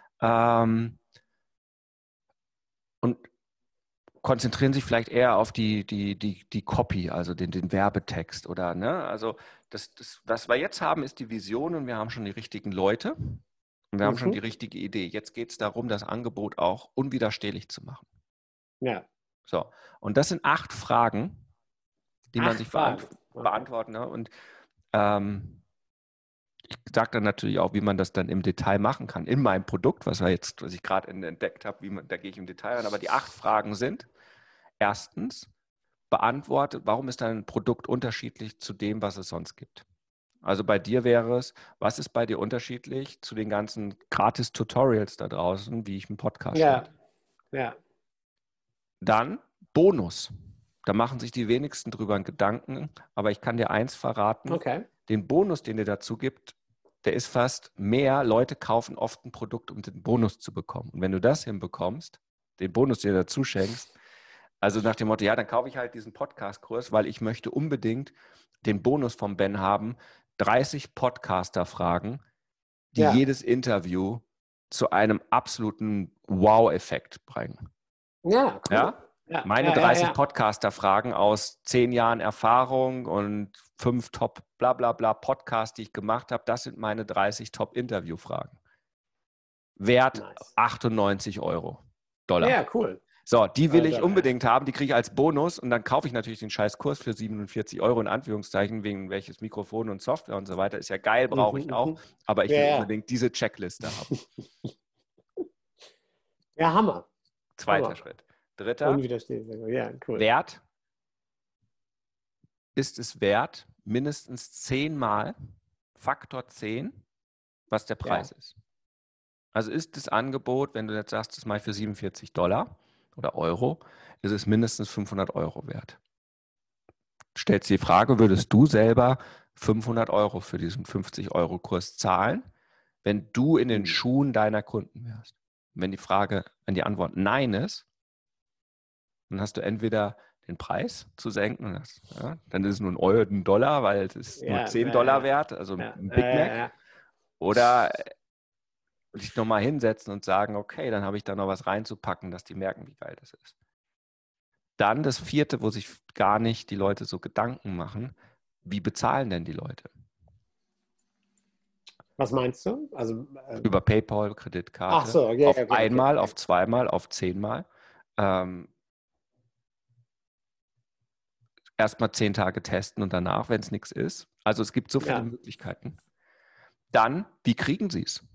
Speaker 2: und konzentrieren sich vielleicht eher auf die Copy, also den Werbetext oder, ne? Also was wir jetzt haben, ist die Vision und wir haben schon die richtigen Leute. Und wir haben schon die
Speaker 3: mhm.
Speaker 2: richtige Idee. Jetzt geht es darum, das Angebot auch unwiderstehlich zu machen.
Speaker 3: Ja.
Speaker 2: So, und das sind 8 Fragen, die man
Speaker 3: 8
Speaker 2: sich
Speaker 3: Fragen. Okay.
Speaker 2: beantworten. Ne? Und ich sage dann natürlich auch, wie man das dann im Detail machen kann. In meinem Produkt, was ich gerade entdeckt habe, da gehe ich im Detail rein. Aber die 8 Fragen sind: Erstens, beantwortet, warum ist dein Produkt unterschiedlich zu dem, was es sonst gibt? Also bei dir wäre es, was ist bei dir unterschiedlich zu den ganzen Gratis-Tutorials da draußen, wie ich einen Podcast
Speaker 3: Ja,
Speaker 2: starte?
Speaker 3: ja,
Speaker 2: Dann Bonus. Da machen sich die wenigsten drüber einen Gedanken, aber ich kann dir eins verraten,
Speaker 3: okay.
Speaker 2: den Bonus, den dir dazu gibt, der ist fast mehr. Leute kaufen oft ein Produkt, um den Bonus zu bekommen. Und wenn du das hinbekommst, den Bonus, den du dazu schenkst, also nach dem Motto, ja, dann kaufe ich halt diesen Podcast-Kurs, weil ich möchte unbedingt den Bonus vom Ben haben, 30 Podcaster-Fragen, die
Speaker 3: Ja,
Speaker 2: jedes Interview zu einem absoluten Wow-Effekt bringen.
Speaker 3: ja, cool.
Speaker 2: Ja?
Speaker 3: Ja,
Speaker 2: Meine
Speaker 3: ja, ja,
Speaker 2: 30
Speaker 3: ja.
Speaker 2: Podcaster-Fragen aus 10 Jahren Erfahrung und 5 Top bla bla bla Podcasts, die ich gemacht habe, das sind meine 30 Top-Interview-Fragen. Wert
Speaker 3: Nice.
Speaker 2: 98 Dollar.
Speaker 3: Ja, cool.
Speaker 2: So, die will ich
Speaker 3: Dollar, ja.
Speaker 2: unbedingt haben, die kriege ich als Bonus und dann kaufe ich natürlich den scheiß Kurs für 47 in Anführungszeichen, wegen welches Mikrofon und Software und so weiter. Ist ja geil, brauche ich auch,
Speaker 3: Mhm.
Speaker 2: aber ich
Speaker 3: Ja,
Speaker 2: will
Speaker 3: ja.
Speaker 2: unbedingt diese Checkliste haben.
Speaker 3: Ja, Hammer.
Speaker 2: Zweiter
Speaker 3: Hammer.
Speaker 2: Schritt. Dritter,
Speaker 3: Unwiderstehlich. Ja, cool.
Speaker 2: Wert. Ist es wert, mindestens 10 Mal, Faktor 10, was der Preis ist? Also ist das Angebot, wenn du jetzt sagst, das mache ich für $47 oder Euro, ist es mindestens 500 Euro wert. Stellst dir die Frage, würdest du selber 500 Euro für diesen 50-Euro-Kurs zahlen, wenn du in den Schuhen deiner Kunden wärst? Und wenn die Antwort Nein ist, dann hast du entweder den Preis zu senken, dann ist es nur ein Dollar, weil es ist nur $10 wert, also ein Big Mac. Oder dich nochmal hinsetzen und sagen, okay, dann habe ich da noch was reinzupacken, dass die merken, wie geil das ist. Dann das vierte, wo sich gar nicht die Leute so Gedanken machen, wie bezahlen denn die Leute?
Speaker 3: Was meinst du? Also,
Speaker 2: über PayPal, Kreditkarte,
Speaker 3: ach so, okay,
Speaker 2: auf einmal, auf zweimal, auf 10-mal. Erstmal 10 Tage testen und danach, wenn es nichts ist. Also es gibt so viele Möglichkeiten. Dann, wie kriegen sie es?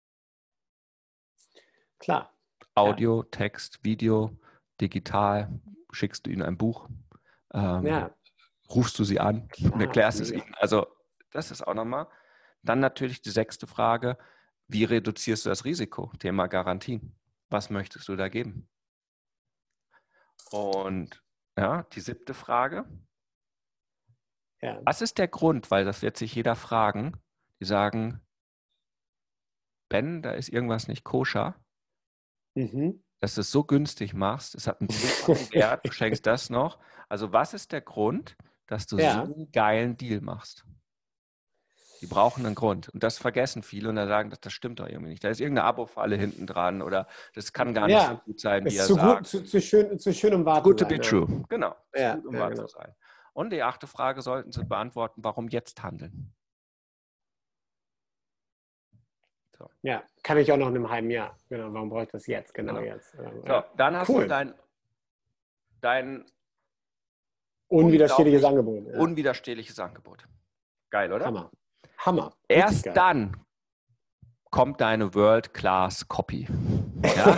Speaker 3: Klar.
Speaker 2: Audio, Text, Video, digital, schickst du ihnen ein Buch, rufst du sie an und erklärst es ihnen. Also das ist auch nochmal. Dann natürlich die 6. Frage, wie reduzierst du das Risiko? Thema Garantien. Was möchtest du da geben? Und die 7. Frage. Was ist der Grund? Weil das wird sich jeder fragen. Die sagen, Ben, da ist irgendwas nicht koscher. Dass du es so günstig machst, es hat einen Wert, du schenkst das noch. Also was ist der Grund, dass du so einen geilen Deal machst? Die brauchen einen Grund. Und das vergessen viele und dann sagen, das stimmt doch irgendwie nicht. Da ist irgendeine Abo-Falle hinten dran oder das kann gar nicht so gut sein, wie er sagt.
Speaker 3: Zu schön, um wahr zu sein.
Speaker 2: Good to be true. Genau. Zu gut, um wahr zu sein. Und die 8. Frage sollten Sie beantworten, warum jetzt handeln? So.
Speaker 3: Ja, kann ich auch noch in einem halben Jahr. Genau, warum brauche ich das jetzt? Genau jetzt.
Speaker 2: So, dann hast du dein
Speaker 3: unwiderstehliches Angebot.
Speaker 2: Ja. Unwiderstehliches Angebot. Geil, oder?
Speaker 3: Hammer.
Speaker 2: Erst dann kommt deine World-Class-Copy. Ja?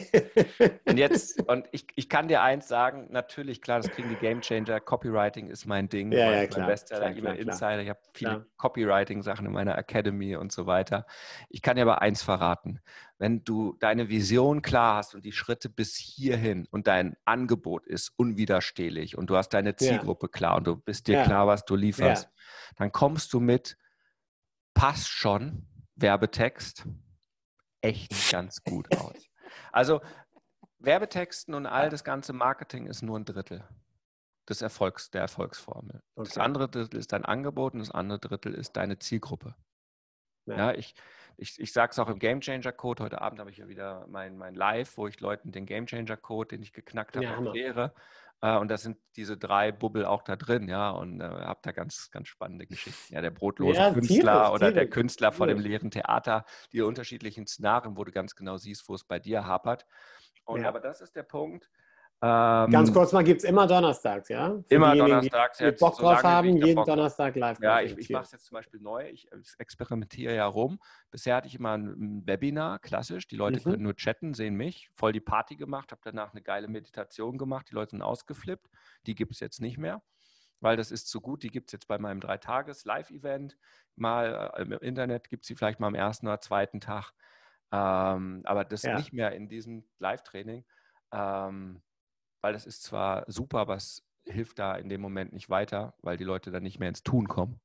Speaker 2: und ich kann dir eins sagen, natürlich, klar, das kriegen die Gamechanger. Copywriting ist mein Ding. Mein Bestseller, E-Mail Insider. Ich habe viele Copywriting-Sachen in meiner Academy und so weiter. Ich kann dir aber eins verraten. Wenn du deine Vision klar hast und die Schritte bis hierhin und dein Angebot ist unwiderstehlich und du hast deine Zielgruppe klar und du bist dir klar, was du lieferst, dann kommst du mit passt schon Werbetext echt ganz gut aus. Also Werbetexten und all das ganze Marketing ist nur ein Drittel der Erfolgsformel. Okay. Das andere Drittel ist dein Angebot und das andere Drittel ist deine Zielgruppe. Ja, ich sage es auch im Gamechanger Code. Heute Abend habe ich ja wieder mein Live, wo ich Leuten den Gamechanger Code, den ich geknackt habe, erkläre. Und da sind diese 3 Bubbel auch da drin, und habe da ganz, ganz spannende Geschichten. Ja, der brotlose Künstler oder der Künstler vor dem leeren Theater, die unterschiedlichen Szenarien, wo du ganz genau siehst, wo es bei dir hapert. Und aber das ist der Punkt.
Speaker 3: Ganz kurz mal, gibt es immer donnerstags, ja?
Speaker 2: Für immer donnerstags.
Speaker 3: Die Bock drauf haben, jeden Donnerstag live.
Speaker 2: Ja, ich mache es jetzt zum Beispiel neu. Ich experimentiere ja rum. Bisher hatte ich immer ein Webinar, klassisch. Die Leute können nur chatten, sehen mich. Voll die Party gemacht, habe danach eine geile Meditation gemacht. Die Leute sind ausgeflippt. Die gibt es jetzt nicht mehr, weil das ist zu gut. Die gibt es jetzt bei meinem 3-Tages-Live-Event. Mal im Internet gibt es sie vielleicht mal am 1. oder 2. Tag. Aber das nicht mehr in diesem Live-Training. Weil das ist zwar super, aber es hilft da in dem Moment nicht weiter, weil die Leute dann nicht mehr ins Tun kommen.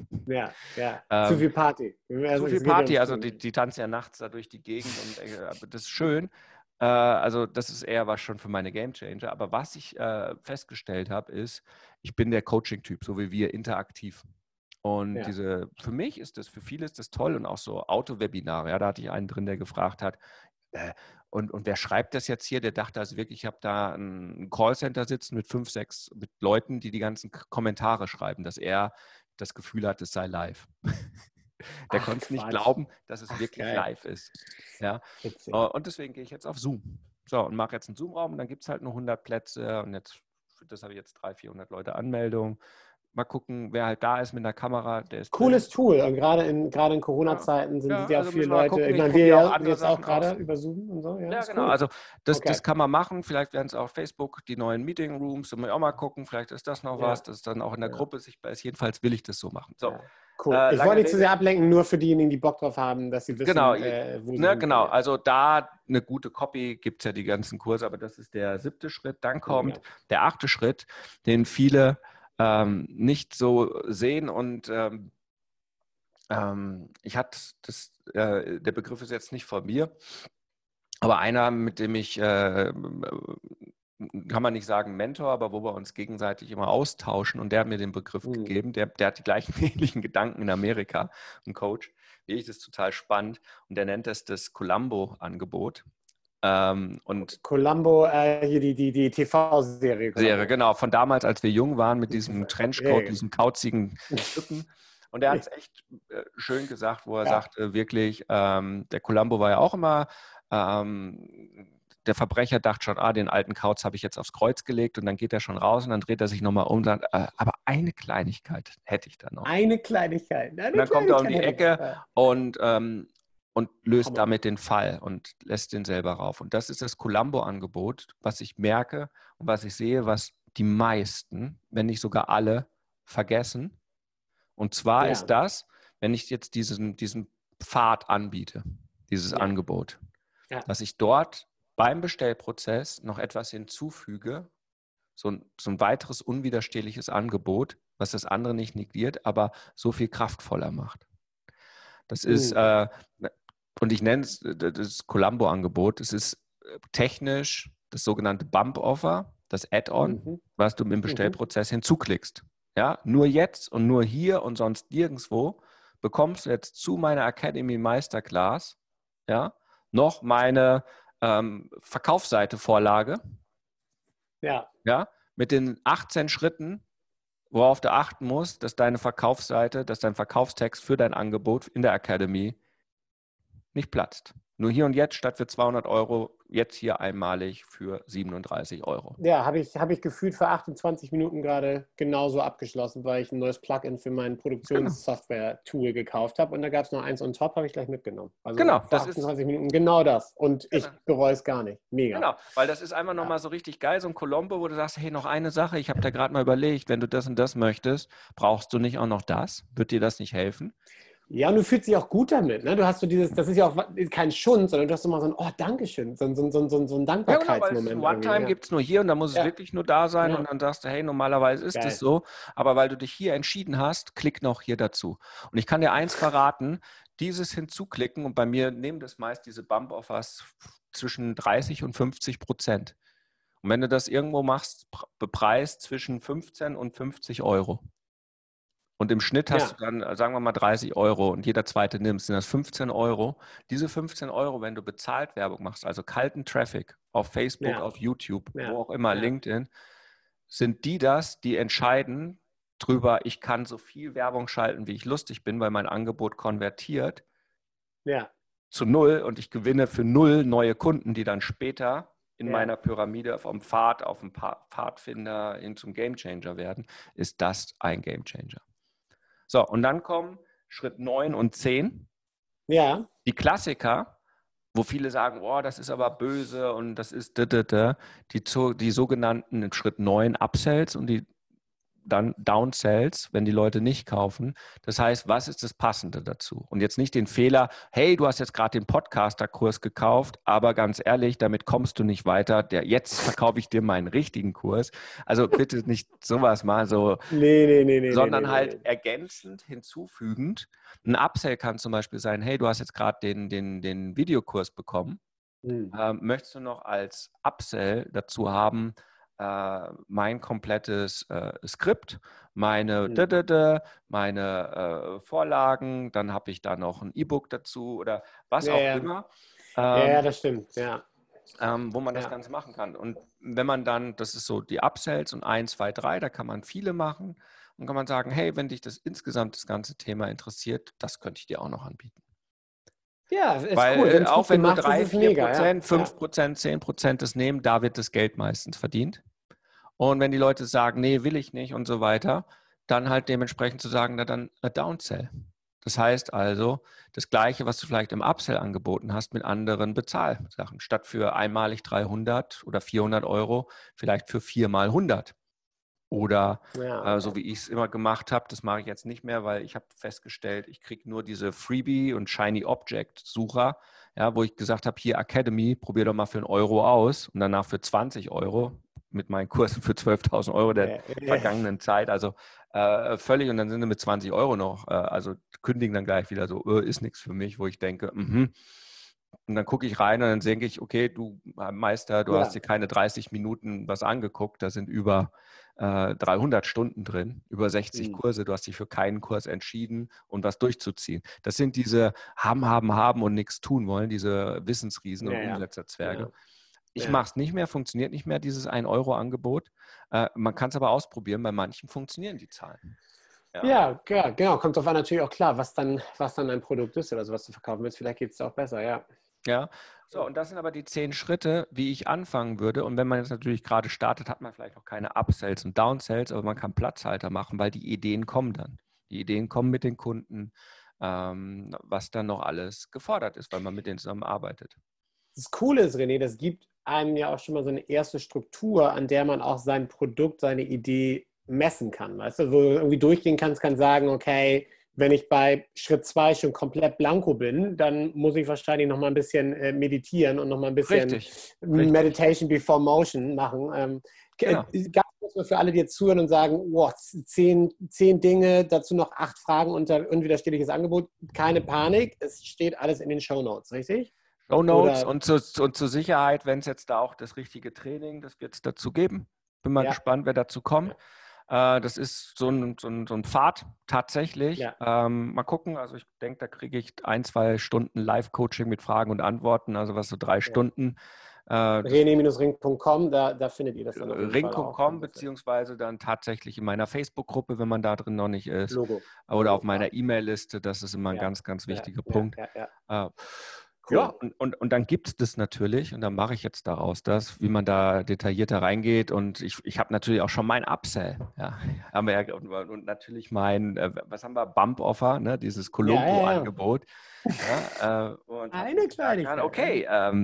Speaker 3: Zu viel Party.
Speaker 2: Zu viel Party, also die tanzen ja nachts da durch die Gegend und das ist schön. Also das ist eher was schon für meine Gamechanger. Aber was ich festgestellt habe, ist, ich bin der Coaching-Typ, so wie wir, interaktiv. Und für mich ist das, für viele ist das toll und auch so Auto-Webinare. Ja, da hatte ich einen drin, der gefragt hat, und wer schreibt das jetzt hier? Der dachte also wirklich, ich habe da ein Callcenter sitzen mit 5, 6 mit Leuten, die ganzen Kommentare schreiben, dass er das Gefühl hat, es sei live. Der konnte es nicht glauben, dass es wirklich live ist. Ja? Und deswegen gehe ich jetzt auf Zoom. So, und mache jetzt einen Zoom-Raum und dann gibt es halt nur 100 Plätze und jetzt, das habe ich jetzt 300, 400 Leute Anmeldung. Mal gucken, wer halt da ist mit einer Kamera. Der ist
Speaker 3: Cooles Tool. Und gerade in Corona-Zeiten sind ja auch
Speaker 2: also
Speaker 3: viele
Speaker 2: müssen wir mal
Speaker 3: Leute.
Speaker 2: gucken.
Speaker 3: Ich
Speaker 2: Ich
Speaker 3: meine, wir
Speaker 2: probiere auch
Speaker 3: ja
Speaker 2: andere
Speaker 3: jetzt auch
Speaker 2: Sachen aus.
Speaker 3: gerade über Zoom und so. Ja,
Speaker 2: Ja,
Speaker 3: ist
Speaker 2: genau.
Speaker 3: cool.
Speaker 2: Also das
Speaker 3: Okay.
Speaker 2: kann man machen. Vielleicht werden es auch Facebook, die neuen Meeting Rooms. Da muss ich auch mal gucken. Vielleicht ist das noch was, dass es dann auch in der Gruppe sichtbar ist. Jedenfalls will ich das so machen. So,
Speaker 3: Ja. Cool. Ich wollte nicht zu sehr ablenken, nur für diejenigen, die Bock drauf haben, dass sie wissen,
Speaker 2: genau,
Speaker 3: wo sie
Speaker 2: genau. Also da eine gute Copy gibt es ja die ganzen Kurse, aber das ist der 7. Schritt. Dann kommt der 8. Schritt, den viele nicht so sehen und ich hatte das, der Begriff ist jetzt nicht von mir, aber einer, mit dem ich, kann man nicht sagen Mentor, aber wo wir uns gegenseitig immer austauschen und der hat mir den Begriff gegeben, der hat die gleichen ähnlichen Gedanken in Amerika, ein Coach, wie ich, das ist total spannend und der nennt das Columbo-Angebot. Und
Speaker 3: Columbo, hier die TV-Serie.
Speaker 2: Serie, genau, von damals, als wir jung waren, mit diesem Trenchcoat, diesem kauzigen Typen. Und der hat es echt schön gesagt, wo er sagte, wirklich, der Columbo war ja auch immer, der Verbrecher dachte schon, den alten Kauz habe ich jetzt aufs Kreuz gelegt und dann geht er schon raus und dann dreht er sich nochmal um und sagt, aber eine Kleinigkeit hätte ich da noch.
Speaker 3: Eine Kleinigkeit.
Speaker 2: Und dann kommt er um die Ecke und löst damit den Fall und lässt den selber rauf. Und das ist das Columbo-Angebot, was ich merke und was ich sehe, was die meisten, wenn nicht sogar alle, vergessen. Und zwar ist das, wenn ich jetzt diesen Pfad anbiete, dieses Angebot, dass ich dort beim Bestellprozess noch etwas hinzufüge, so ein weiteres unwiderstehliches Angebot, was das andere nicht negiert, aber so viel kraftvoller macht. Das ist, und ich nenne es das Columbo-Angebot, es ist technisch das sogenannte Bump-Offer, das Add-on, was du im Bestellprozess hinzuklickst. Ja, nur jetzt und nur hier und sonst nirgendwo bekommst du jetzt zu meiner Academy Masterclass noch meine Verkaufsseite-Vorlage. Ja, mit den 18 Schritten, worauf du achten musst, dass deine Verkaufsseite, dass dein Verkaufstext für dein Angebot in der Academy nicht platzt. Nur hier und jetzt statt für 200 €, jetzt hier einmalig für 37 €.
Speaker 3: Ja, habe ich gefühlt für 28 Minuten gerade genauso abgeschlossen, weil ich ein neues Plugin für mein Produktionssoftware-Tool gekauft habe. Und da gab es noch eins on top, habe ich gleich mitgenommen. Also
Speaker 2: genau,
Speaker 3: für 28 Minuten genau das. Und ich bereue es gar nicht. Mega.
Speaker 2: Genau, weil das ist einfach nochmal so richtig geil, so ein Columbo, wo du sagst, hey, noch eine Sache, ich habe da gerade mal überlegt, wenn du das und das möchtest, brauchst du nicht auch noch das? Wird dir das nicht helfen?
Speaker 3: Ja, und du fühlst dich auch gut damit. Ne? Du hast so dieses, das ist ja auch kein Schund, sondern du hast immer so ein Dankeschön, so ein Dankbarkeitsmoment.
Speaker 2: Ja, genau, weil One-Time gibt es nur hier und da muss es wirklich nur da sein und dann sagst du, hey, normalerweise ist es so, aber weil du dich hier entschieden hast, klick noch hier dazu. Und ich kann dir eins verraten, dieses hinzuklicken und bei mir nehmen das meist diese Bump-Offers zwischen 30% und 50%. Und wenn du das irgendwo machst, bepreist zwischen 15 und 50 €. Und im Schnitt hast du dann, sagen wir mal, 30 € und jeder zweite nimmst, sind das 15 €. Diese 15 €, wenn du bezahlt Werbung machst, also kalten Traffic auf Facebook, auf YouTube, wo auch immer, LinkedIn, sind die entscheiden drüber, ich kann so viel Werbung schalten, wie ich lustig bin, weil mein Angebot konvertiert zu 0 und ich gewinne für 0 neue Kunden, die dann später in meiner Pyramide vom Pfad auf den Pfadfinder hin zum Gamechanger werden, ist das ein Gamechanger. So, und dann kommen Schritt 9 und 10.
Speaker 3: Ja.
Speaker 2: Die Klassiker, wo viele sagen, oh, das ist aber böse und das ist die sogenannten in Schritt 9 Upsells und die dann Downsells, wenn die Leute nicht kaufen. Das heißt, was ist das Passende dazu? Und jetzt nicht den Fehler, hey, du hast jetzt gerade den Podcaster-Kurs gekauft, aber ganz ehrlich, damit kommst du nicht weiter. Jetzt verkaufe ich dir meinen richtigen Kurs. Also bitte nicht sowas mal so, sondern ergänzend, hinzufügend. Ein Upsell kann zum Beispiel sein, hey, du hast jetzt gerade den Videokurs bekommen. Möchtest du noch als Upsell dazu haben, mein komplettes Skript, meine Vorlagen, dann habe ich da noch ein E-Book dazu oder was auch immer.
Speaker 3: Ja, das stimmt,
Speaker 2: wo man das Ganze machen kann. Und wenn man dann, das ist so die Upsells und 1, 2, 3, da kann man viele machen und kann man sagen, hey, wenn dich das ganze Thema interessiert, das könnte ich dir auch noch anbieten.
Speaker 3: Ja, ist
Speaker 2: weil,
Speaker 3: cool.
Speaker 2: Auch wenn nur 3, 4%, 5%, 10% das nehmen, da wird das Geld meistens verdient. Und wenn die Leute sagen, nee, will ich nicht und so weiter, dann halt dementsprechend zu sagen, na dann a Downsell. Das heißt also, das Gleiche, was du vielleicht im Upsell angeboten hast, mit anderen Bezahlsachen. Statt für einmalig 300 oder 400 Euro, vielleicht für 4 mal 100. Oder so wie ich es immer gemacht habe, das mache ich jetzt nicht mehr, weil ich habe festgestellt, ich kriege nur diese Freebie und Shiny Object Sucher, ja, wo ich gesagt habe, hier Academy, probier doch mal für 1 Euro aus und danach für 20 Euro mit meinen Kursen für 12.000 Euro der vergangenen Zeit. Also völlig, und dann sind sie mit 20 Euro noch, also kündigen dann gleich wieder so, ist nichts für mich, wo ich denke, Und dann gucke ich rein und dann denke ich, okay, du Meister, du hast dir keine 30 Minuten was angeguckt, da sind über 300 Stunden drin, über 60 Kurse, du hast dich für keinen Kurs entschieden und was durchzuziehen. Das sind diese haben und nichts tun wollen, diese Wissensriesen und Umsetzerzwerge.
Speaker 3: Ja.
Speaker 2: Ich mache es nicht mehr, funktioniert nicht mehr, dieses 1-Euro-Angebot. Man kann es aber ausprobieren, bei manchen funktionieren die Zahlen.
Speaker 3: Ja, genau. Kommt drauf an natürlich auch klar, was dann ein Produkt ist oder so, was du verkaufen willst. Vielleicht geht es auch besser, ja.
Speaker 2: Ja, so, und das sind aber die 10 Schritte, wie ich anfangen würde. Und wenn man jetzt natürlich gerade startet, hat man vielleicht noch keine Upsells und Downsells, aber man kann Platzhalter machen, weil die Ideen kommen dann. Die Ideen kommen mit den Kunden, was dann noch alles gefordert ist, weil man mit denen zusammenarbeitet.
Speaker 3: Das Coole ist, René, das gibt einem ja auch schon mal so eine erste Struktur, an der man auch sein Produkt, seine Idee messen kann. Weißt du, wo du irgendwie durchgehen kannst, kann sagen, okay, wenn ich bei Schritt 2 schon komplett blanko bin, dann muss ich wahrscheinlich noch mal ein bisschen meditieren und noch mal ein bisschen
Speaker 2: Richtig.
Speaker 3: Meditation before Motion machen.
Speaker 2: Genau.
Speaker 3: Ganz kurz für alle, die jetzt zuhören und sagen, wow, 10 Dinge, dazu noch 8 Fragen unter unwiderstehliches Angebot. Keine Panik, es steht alles in den Shownotes, richtig?
Speaker 2: Shownotes und zur Sicherheit, wenn es jetzt da auch das richtige Training, das wird es dazu geben. Bin mal gespannt, wer dazu kommt. Das ist so ein Pfad tatsächlich. Mal gucken, also ich denke, da kriege ich 1-2 Stunden Live-Coaching mit Fragen und Antworten, also was so 3 Stunden.
Speaker 3: René-ring.com, da findet ihr das dann auf jeden Fall auch.
Speaker 2: Ring.com, beziehungsweise dann tatsächlich in meiner Facebook-Gruppe, wenn man da drin noch nicht ist.
Speaker 3: Logo.
Speaker 2: Oder auf meiner E-Mail-Liste, das ist immer ein ganz, ganz wichtiger Punkt. Cool. Ja, und dann gibt es das natürlich und dann mache ich jetzt daraus das, wie man da detaillierter reingeht und ich habe natürlich auch schon mein Upsell, haben wir ja, und natürlich mein, was haben wir, Bump-Offer, ne, dieses Columbo-Angebot.
Speaker 3: Eine Kleinigkeit.
Speaker 2: Okay,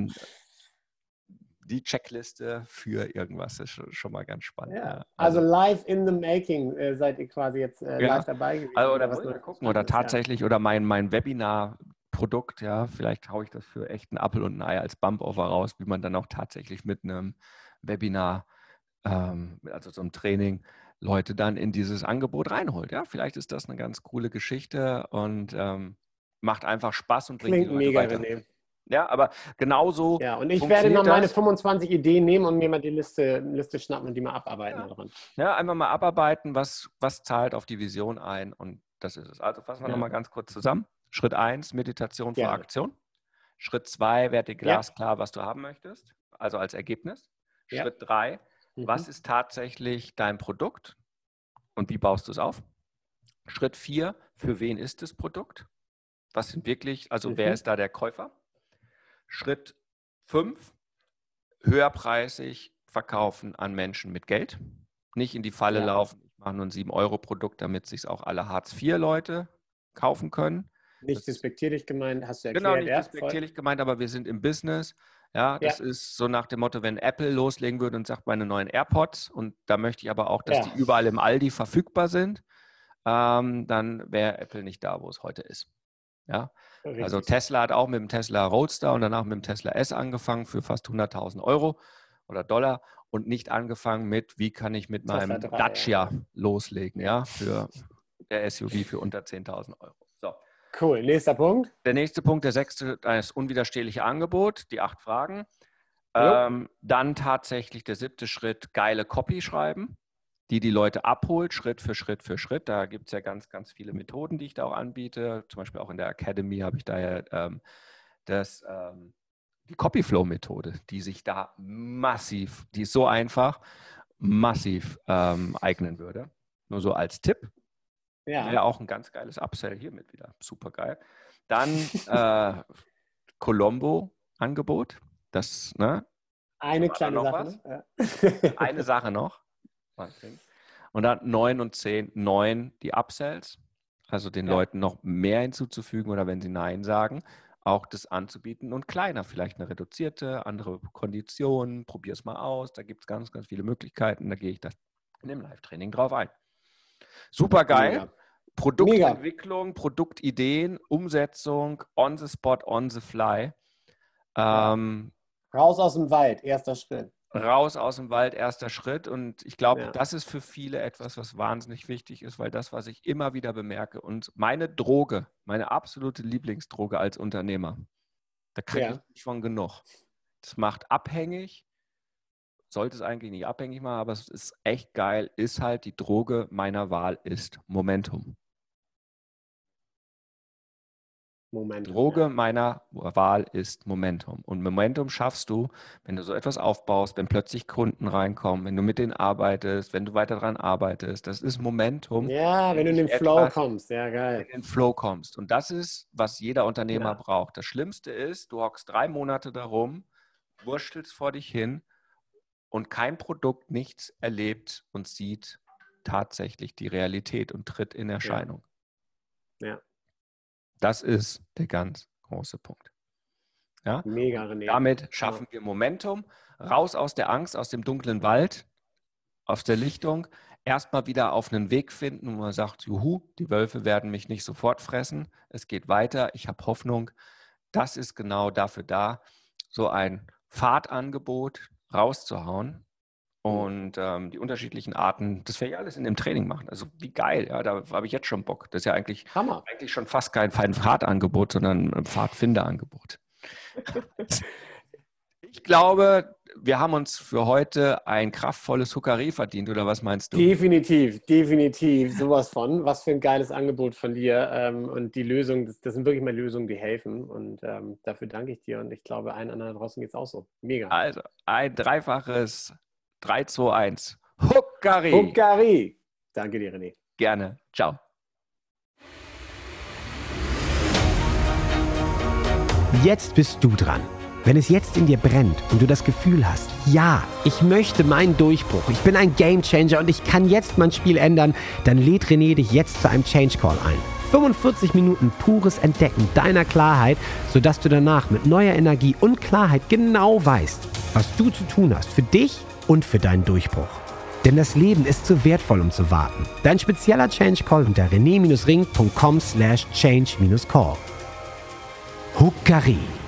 Speaker 2: die Checkliste für irgendwas ist schon mal ganz spannend.
Speaker 3: Ja. Also live in the making seid ihr quasi jetzt live dabei gewesen.
Speaker 2: Also, oder was gucken oder tatsächlich, oder mein Webinar Produkt, vielleicht haue ich das für echt einen Apfel und ein Ei als Bump-Offer raus, wie man dann auch tatsächlich mit einem Webinar, also so einem Training, Leute dann in dieses Angebot reinholt. Ja, vielleicht ist das eine ganz coole Geschichte und macht einfach Spaß und bringt die Leute
Speaker 3: mega,
Speaker 2: weiter.
Speaker 3: René.
Speaker 2: Ja, aber genauso.
Speaker 3: Ja, und ich werde noch meine 25 Ideen nehmen und mir mal die Liste schnappen und die mal abarbeiten.
Speaker 2: Ja, einmal mal abarbeiten, was zahlt auf die Vision ein und das ist es. Also fassen wir nochmal ganz kurz zusammen. Schritt 1, Meditation vor Aktion. Schritt 2, werde dir glasklar, was du haben möchtest, also als Ergebnis. Schritt 3, was ist tatsächlich dein Produkt und wie baust du es auf? Schritt 4, für wen ist das Produkt? Was sind wirklich, also wer ist da der Käufer? Schritt 5, höherpreisig verkaufen an Menschen mit Geld. Nicht in die Falle laufen, ich mache nur ein 7-Euro-Produkt, damit sich auch alle Hartz-IV-Leute kaufen können.
Speaker 3: Nicht despektierlich gemeint, hast du erklärt.
Speaker 2: Genau, nicht despektierlich gemeint, aber wir sind im Business. Ja, das ist so nach dem Motto, wenn Apple loslegen würde und sagt, meine neuen AirPods, und da möchte ich aber auch, dass die überall im Aldi verfügbar sind, dann wäre Apple nicht da, wo es heute ist. Ja, also Tesla hat auch mit dem Tesla Roadster und danach mit dem Tesla S angefangen für fast 100.000 Euro oder Dollar und nicht angefangen mit, wie kann ich mit meinem Dacia loslegen, für der SUV für unter 10.000 Euro. So.
Speaker 3: Cool, nächster Punkt.
Speaker 2: Der nächste Punkt, der 6., das unwiderstehliche Angebot, die 8 Fragen. Dann tatsächlich der 7. Schritt, geile Copy schreiben, die Leute abholt, Schritt für Schritt für Schritt. Da gibt es ja ganz, ganz viele Methoden, die ich da auch anbiete. Zum Beispiel auch in der Academy habe ich da ja die Copyflow-Methode, die sich da massiv, die ist so einfach, massiv eignen würde. Nur so als Tipp. Ja, auch ein ganz geiles Upsell hiermit wieder. Super geil. Dann Colombo-Angebot. Das, ne?
Speaker 3: Eine kleine Sache.
Speaker 2: Eine Sache noch. Und dann 9 und 10. 9 die Upsells, also den Leuten noch mehr hinzuzufügen oder wenn sie Nein sagen, auch das anzubieten und kleiner, vielleicht eine reduzierte, andere Konditionen, probier es mal aus, da gibt es ganz, ganz viele Möglichkeiten, da gehe ich da in dem Live-Training drauf ein. Super geil.
Speaker 3: Mega.
Speaker 2: Produktentwicklung, Produktideen, Umsetzung, on the spot, on the fly.
Speaker 3: Raus aus dem Wald, erster Schritt.
Speaker 2: Raus aus dem Wald, erster Schritt. Und ich glaube, das ist für viele etwas, was wahnsinnig wichtig ist, weil das, was ich immer wieder bemerke und meine Droge, meine absolute Lieblingsdroge als Unternehmer, da kriege ich nicht von genug. Das macht abhängig, sollte es eigentlich nicht abhängig machen, aber es ist echt geil, ist halt die Droge meiner Wahl ist Momentum. Droge meiner Wahl ist Momentum. Und Momentum schaffst du, wenn du so etwas aufbaust, wenn plötzlich Kunden reinkommen, wenn du mit denen arbeitest, wenn du weiter daran arbeitest. Das ist Momentum.
Speaker 3: Ja, wenn du in den Flow kommst. Ja, geil.
Speaker 2: In den Flow kommst. Und das ist, was jeder Unternehmer braucht. Das Schlimmste ist, du hockst 3 Monate darum, wurstelst vor dich hin und kein Produkt, nichts erlebt und sieht tatsächlich die Realität und tritt in Erscheinung.
Speaker 3: Ja.
Speaker 2: Das ist der ganz große Punkt. Ja?
Speaker 3: Mega, René.
Speaker 2: Damit schaffen wir Momentum, raus aus der Angst, aus dem dunklen Wald, aus der Lichtung, erstmal wieder auf einen Weg finden, wo man sagt, juhu, die Wölfe werden mich nicht sofort fressen, es geht weiter, ich habe Hoffnung. Das ist genau dafür da, so ein Fahrtangebot rauszuhauen. Und die unterschiedlichen Arten, das werde ich alles in dem Training machen. Also wie geil, ja, da habe ich jetzt schon Bock. Das ist ja eigentlich schon fast kein Fahrtangebot, sondern ein Pfadfinderangebot. Ich glaube, wir haben uns für heute ein kraftvolles Hookerie verdient, oder was meinst du?
Speaker 3: Definitiv, sowas von. Was für ein geiles Angebot von dir. Und die Lösungen, das sind wirklich mal Lösungen, die helfen. Und dafür danke ich dir. Und ich glaube, allen anderen draußen geht es auch so. Mega.
Speaker 2: Also ein dreifaches 3, 2, 1. Hookerie.
Speaker 3: Hookerie. Danke dir, René.
Speaker 2: Gerne. Ciao.
Speaker 1: Jetzt bist du dran. Wenn es jetzt in dir brennt und du das Gefühl hast, ja, ich möchte meinen Durchbruch, ich bin ein Gamechanger und ich kann jetzt mein Spiel ändern, dann lädt René dich jetzt zu einem Change Call ein. 45 Minuten pures Entdecken deiner Klarheit, sodass du danach mit neuer Energie und Klarheit genau weißt, was du zu tun hast für dich und für deinen Durchbruch. Denn das Leben ist zu wertvoll, um zu warten. Dein spezieller Change Call unter rené-ring.com/change-call. Hookerie.